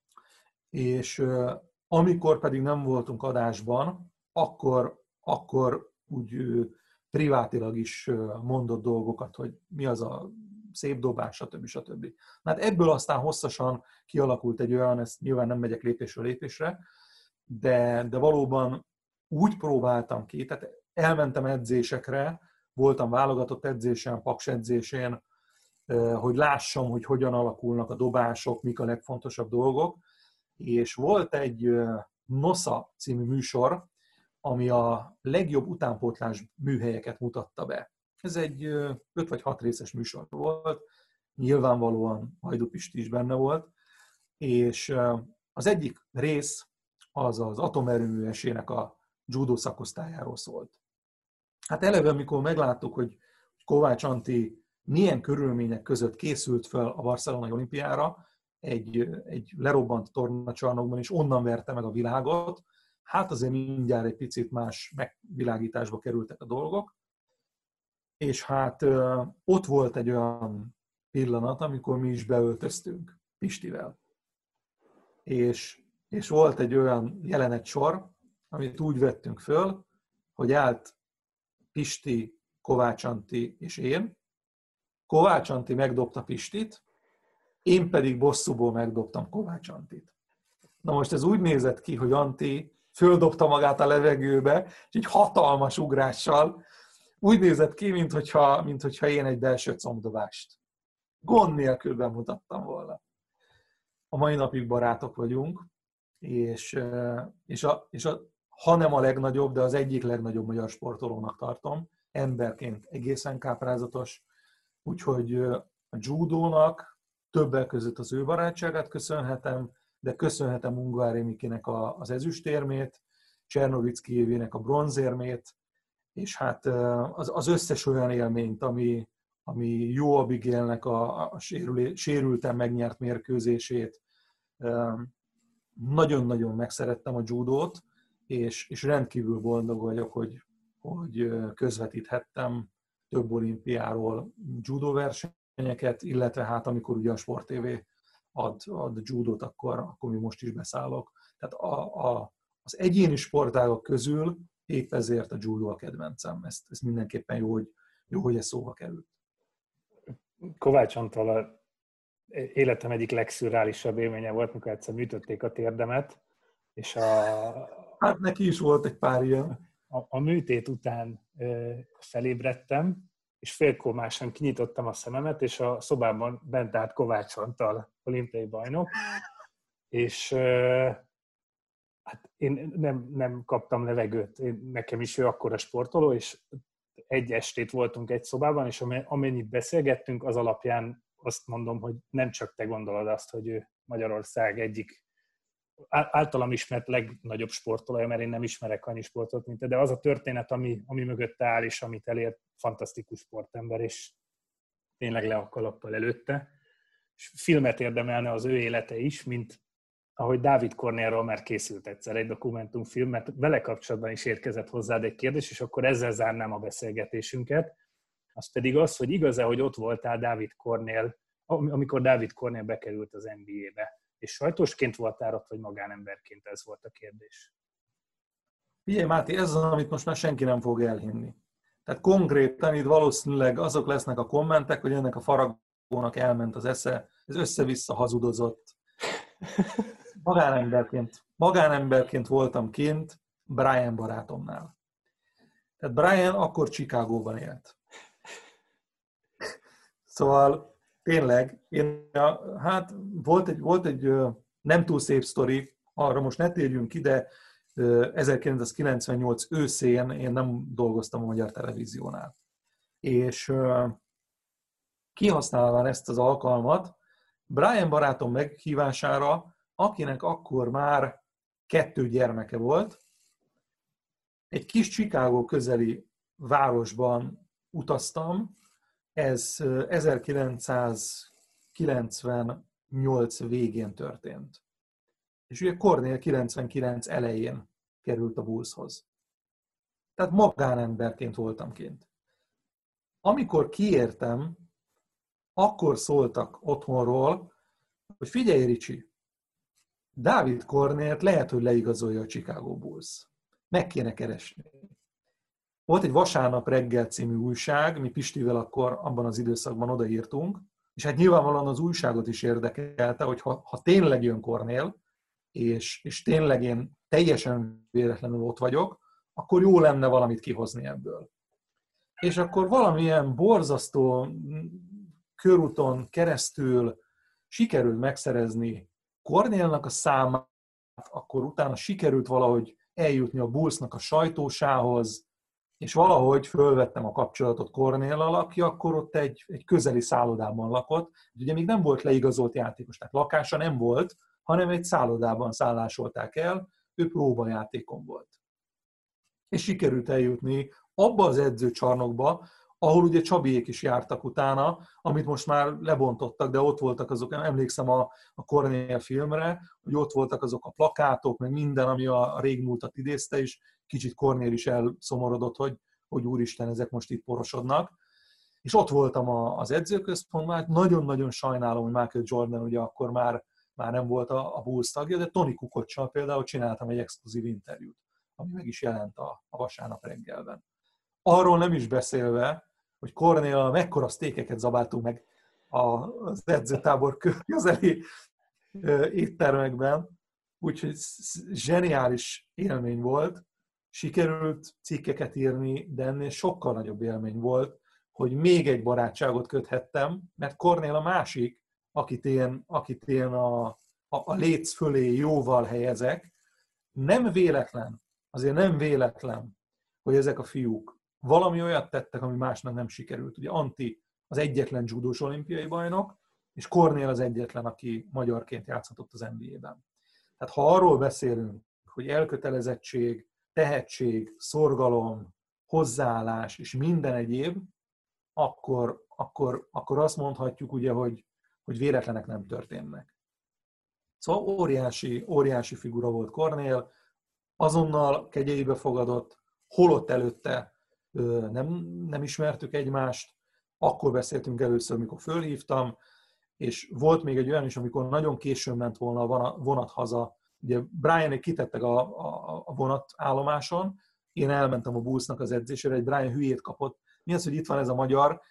És amikor pedig nem voltunk adásban, akkor, akkor úgy privátilag is mondott dolgokat, hogy mi az a szép dobás, stb. stb. Hát ebből aztán hosszasan kialakult egy olyan, ezt nyilván nem megyek lépésről lépésre, de, de valóban úgy próbáltam ki, tehát elmentem edzésekre, voltam válogatott edzésen, Paks edzésén, hogy lássam, hogy hogyan alakulnak a dobások, mik a legfontosabb dolgok, és volt egy nosza című műsor, ami a legjobb utánpótlás műhelyeket mutatta be. Ez egy öt vagy hat részes műsor volt, nyilvánvalóan Hajdú Pisti is benne volt, és az egyik rész az az atomerőmű esének a judó szakosztályáról szólt. Hát eleve, amikor megláttuk, hogy Kovács Anti milyen körülmények között készült fel a barcelonai olimpiára, egy, egy lerobbant tornacsarnokban, és onnan verte meg a világot, hát azért mindjárt egy picit más megvilágításba kerültek a dolgok, és hát ott volt egy olyan pillanat, amikor mi is beöltöztünk Pistivel. És, és volt egy olyan jelenet-sor, amit úgy vettünk föl, hogy állt Pisti, Kovács Anti és én. Kovács Anti megdobta Pistit, én pedig bosszúból megdobtam Kovács Antit. Na most ez úgy nézett ki, hogy Anti földobta magát a levegőbe, és egy hatalmas ugrással úgy nézett ki, minthogyha, minthogyha én egy belső combdobást gond nélkül bemutattam volna. A mai napig barátok vagyunk, és, és, a, és a, ha nem a legnagyobb, de az egyik legnagyobb magyar sportolónak tartom, emberként egészen káprázatos, úgyhogy a judónak többek között az ő barátságát köszönhetem, de köszönhetem Ungvári Mikinek az ezüstérmét, Csernovicki-évének a bronzérmét, és hát az, az összes olyan élményt, ami, ami Jó Abigailnek a, a sérül, sérülten megnyert mérkőzését. Nagyon-nagyon megszerettem a judót, és, és rendkívül boldog vagyok, hogy, hogy közvetíthettem több olimpiáról judó versenyeket, illetve hát amikor ugye a Sport té vé ad, ad judót, akkor, akkor mi most is beszállok. Tehát a, a, az egyéni sportágok közül épp ezért a judó a kedvencem. Ezt, ez mindenképpen jó, hogy, jó, hogy ez szóba került. Kovács Antal életem egyik legszürreálisabb élménye volt, mikor egyszer műtötték a térdemet, és a... Hát neki is volt egy pár ilyen. A, a műtét után ö, felébredtem, és félkomásan kinyitottam a szememet, és a szobában bent állt Kovács Antal, olimpiai bajnok, és ö, hát én nem, nem kaptam levegőt, én, nekem is ő akkora sportoló, és egy estét voltunk egy szobában, és amennyit beszélgettünk, az alapján azt mondom, hogy nem csak te gondolod azt, hogy ő Magyarország egyik általam ismert legnagyobb sportolója, mert én nem ismerek annyi sportot, mint te, de az a történet, ami, ami mögötte áll, és amit elért, fantasztikus sportember, és tényleg le a kalappal előtte. És filmet érdemelne az ő élete is, mint ahogy Dávid Kornélról már készült egyszer egy dokumentumfilm, mert vele kapcsolatban is érkezett hozzád egy kérdés, és akkor ezzel zárnám a beszélgetésünket. Az pedig az, hogy igaz-e, hogy ott voltál Dávid Kornél, amikor Dávid Kornél bekerült az en bé á-be. És sajtósként voltál ott, vagy magánemberként, ez volt a kérdés? Figyelj, Máté, ez az, amit most már senki nem fog elhinni. Tehát konkrétan itt valószínűleg azok lesznek a kommentek, hogy ennek a faragónak elment az esze, ez össze-vissza hazudozott. Magánemberként, magánemberként voltam kint Brian barátomnál. Tehát Brian akkor Chicagóban élt. Szóval tényleg, én, hát volt egy, volt egy nem túl szép sztori, arra most ne térjünk ki, de ezerkilencszázkilencvennyolc őszén én nem dolgoztam a Magyar Televíziónál. És kihasználván ezt az alkalmat, Brian barátom meghívására, akinek akkor már kettő gyermeke volt, egy kis Chicago közeli városban utaztam, ez ezerkilencszázkilencvennyolc végén történt. És ugye Kornél kilencvenkilenc elején került a Bullshoz. Tehát magánemberként voltam kint. Amikor kiértem, akkor szóltak otthonról, hogy figyelj, Ricsi, Dávid Kornélt lehet, hogy leigazolja a Chicago Bulls. Meg kéne keresni. Volt egy Vasárnap reggel című újság, mi Pistivel akkor abban az időszakban odaírtunk, és hát nyilvánvalóan az újságot is érdekelte, hogy ha, ha tényleg jön Kornél, és, és tényleg én teljesen véletlenül ott vagyok, akkor jó lenne valamit kihozni ebből. És akkor valamilyen borzasztó körúton keresztül sikerült megszerezni Kornélnak a számát, akkor utána sikerült valahogy eljutni a Bullsnak a sajtósához, és valahogy fölvettem a kapcsolatot Kornéllal, aki akkor ott egy, egy közeli szállodában lakott. Ugye még nem volt leigazolt játékos, tehát lakása nem volt, hanem egy szállodában szállásolták el, ő próbajátékon volt. És sikerült eljutni abba az edzőcsarnokba, ahol ugye Csabiék is jártak utána, amit most már lebontottak, de ott voltak azok, emlékszem a, a Kornél filmre, hogy ott voltak azok a plakátok, meg minden, ami a, a régmúltat idézte, és kicsit Kornél is elszomorodott, hogy, hogy úristen, ezek most itt porosodnak. És ott voltam a, az edzőközpontban, nagyon-nagyon sajnálom, hogy Michael Jordan ugye akkor már, már nem volt a, a Bulls tagja, de Tony Kukocsal például csináltam egy exkluzív interjút, ami meg is jelent a, a Vasárnap reggelben. Arról nem is beszélve, hogy Kornél mekkora sztékeket zabáltunk meg az edzőtábor közeli éttermekben, úgyhogy zseniális élmény volt, sikerült cikkeket írni, de ennél sokkal nagyobb élmény volt, hogy még egy barátságot köthettem, mert Kornél a másik, akit én, akit én a, a, a léc fölé jóval helyezek, nem véletlen, azért nem véletlen, hogy ezek a fiúk valami olyat tettek, ami másnak nem sikerült. Ugye Antti az egyetlen judós olimpiai bajnok, és Kornél az egyetlen, aki magyarként játszhatott az en bé á-ben. Tehát ha arról beszélünk, hogy elkötelezettség, tehetség, szorgalom, hozzáállás és minden egyéb, akkor, akkor, akkor azt mondhatjuk, ugye, hogy, hogy véletlenek nem történnek. Szóval óriási, óriási figura volt Kornél, azonnal kegyeibe fogadott, holott előtte nem, nem ismertük egymást, akkor beszéltünk először, mikor fölhívtam, és volt még egy olyan is, amikor nagyon későn ment volna a vonat haza. Ugye Brian-ék kitettek a, a, a vonatállomáson, én elmentem a Bullsnak az edzésére, egy Brian hülyét kapott. Mi az, hogy itt van ez a magyar,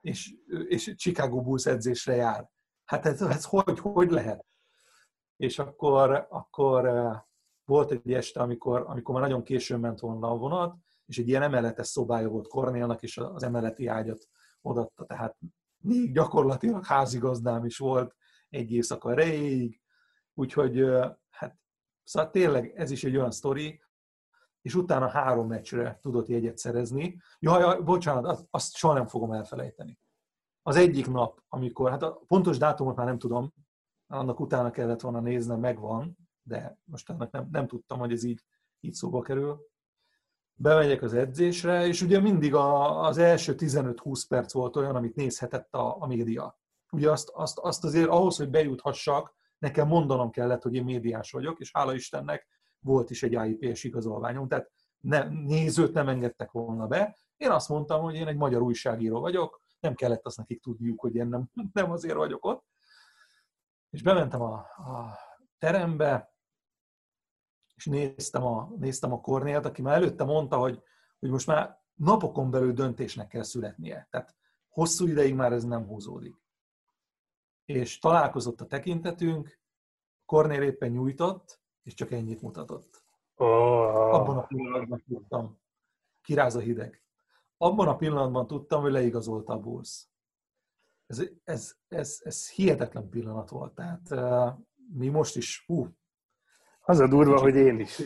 és, és Chicago Bulls edzésre jár. Hát ez, ez hogy, hogy lehet? És akkor, akkor volt egy este, amikor, amikor már nagyon későn ment volna a vonat, és egy ilyen emeletes szobája volt Cornélnak, és az emeleti ágyat odatta, tehát még gyakorlatilag házigazdám is volt egy éjszaka erejéig, úgyhogy hát szóval tényleg ez is egy olyan sztori, és utána három meccsre tudott jegyet szerezni. Jaj, jaj, bocsánat, azt, azt soha nem fogom elfelejteni. Az egyik nap, amikor, hát a pontos dátumot már nem tudom, annak utána kellett volna néznem, megvan, de most annak nem, nem tudtam, hogy ez így, így szóba kerül. Bemegyek az edzésre, és ugye mindig a, az első tizenöt-húsz perc volt olyan, amit nézhetett a, a média. Ugye azt, azt, azt azért ahhoz, hogy bejuthassak, nekem mondanom kellett, hogy én médiás vagyok, és hála Istennek volt is egy á i pé es igazolványom, tehát ne, nézőt nem engedtek volna be. Én azt mondtam, hogy én egy magyar újságíró vagyok, nem kellett azt nekik tudniuk, hogy én nem, nem azért vagyok ott. És bementem a, a terembe, és néztem a, néztem a Cornélt, aki már előtte mondta, hogy, hogy most már napokon belül döntésnek kell születnie. Tehát hosszú ideig már ez nem húzódik. És találkozott a tekintetünk, Cornél éppen nyújtott, és csak ennyit mutatott. Oh. Abban a pillanatban tudtam, kiráz a hideg. Abban a pillanatban tudtam, hogy leigazolta a Bulls. Ez, ez, ez, ez hihetetlen pillanat volt. Tehát uh, mi most is, hú, az a durva, hogy én is.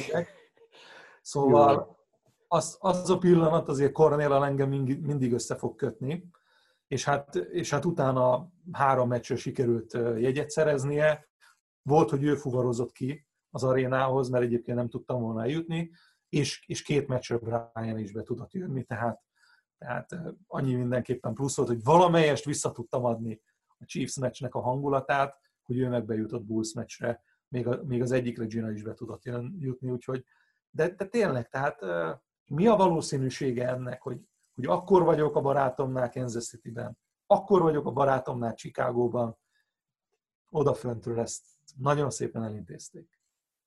Szóval az, az a pillanat azért Cornéllal engem mindig, mindig össze fog kötni, és hát, és hát utána három meccsről sikerült jegyet szereznie. Volt, hogy ő fuvarozott ki az arénához, mert egyébként nem tudtam volna eljutni, és, és két meccsről Brian is be tudott jönni, tehát, tehát annyi mindenképpen plusz volt, hogy valamelyest vissza tudtam adni a Chiefs meccsnek a hangulatát, hogy ő meg bejutott Bulls meccsre, még, a, még az egyikre Gina is be tudott jön, jutni, úgyhogy de, de tényleg, tehát mi a valószínűsége ennek, hogy, hogy akkor vagyok a barátomnál Kansas Cityben, akkor vagyok a barátomnál Chicagóban, odaföntről ezt nagyon szépen elintézték.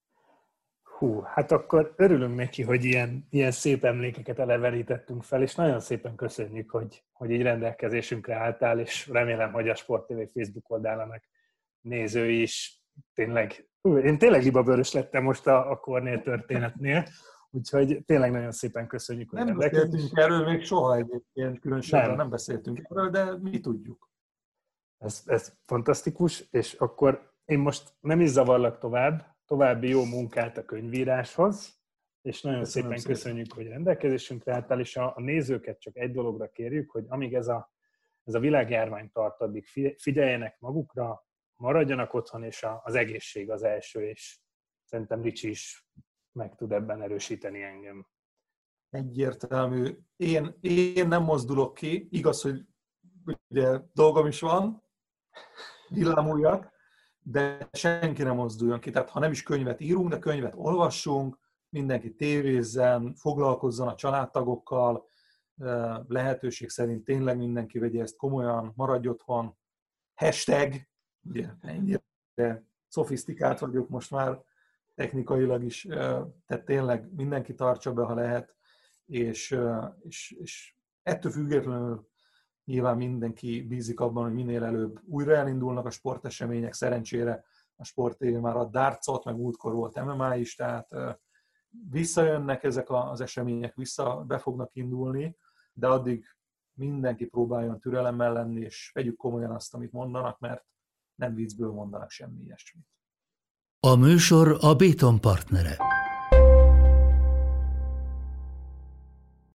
Hú, hát akkor örülünk neki, hogy ilyen, ilyen szép emlékeket elevenítettünk fel, és nagyon szépen köszönjük, hogy, hogy így rendelkezésünkre álltál, és remélem, hogy a Sport té vé Facebook oldalának nézői is tényleg, én tényleg libabőrös lettem most a, a Cornél történetnél, úgyhogy tényleg nagyon szépen köszönjük, hogy nem beszéltünk erről még soha egyébként, különösen nem. nem beszéltünk erről, de mi tudjuk. Ez, ez fantasztikus, és akkor én most nem is zavarlak tovább, további jó munkát a könyvíráshoz, és nagyon Köszönöm szépen köszönjük, hogy rendelkezésünkre álltál, és a, a nézőket csak egy dologra kérjük, hogy amíg ez a, ez a világjárvány tart, addig figyeljenek magukra, maradjanak otthon, és a, az egészség az első, és szerintem Ricsi is meg tud ebben erősíteni engem. Egyértelmű. Én, én nem mozdulok ki, igaz, hogy ugye dolgom is van, villámújak, de senki nem mozduljon ki. Tehát ha nem is könyvet írunk, de könyvet olvassunk, mindenki tévézzen, foglalkozzon a családtagokkal, lehetőség szerint tényleg mindenki vegye ezt komolyan, maradj otthon, hashtag, ugye ennyire szofisztikált vagyok most már technikailag is, tehát tényleg mindenki tartsa be, ha lehet, és, és, és ettől függetlenül nyilván mindenki bízik abban, hogy minél előbb újra elindulnak a sportesemények, szerencsére a Sport té vé már a dartsot, meg múltkor volt em em á is, tehát visszajönnek ezek az események, vissza be fognak indulni, de addig mindenki próbáljon türelemmel lenni, és vegyük komolyan azt, amit mondanak, mert nem viccből mondanak semmi ilyesmit. A műsor a Béton partnere.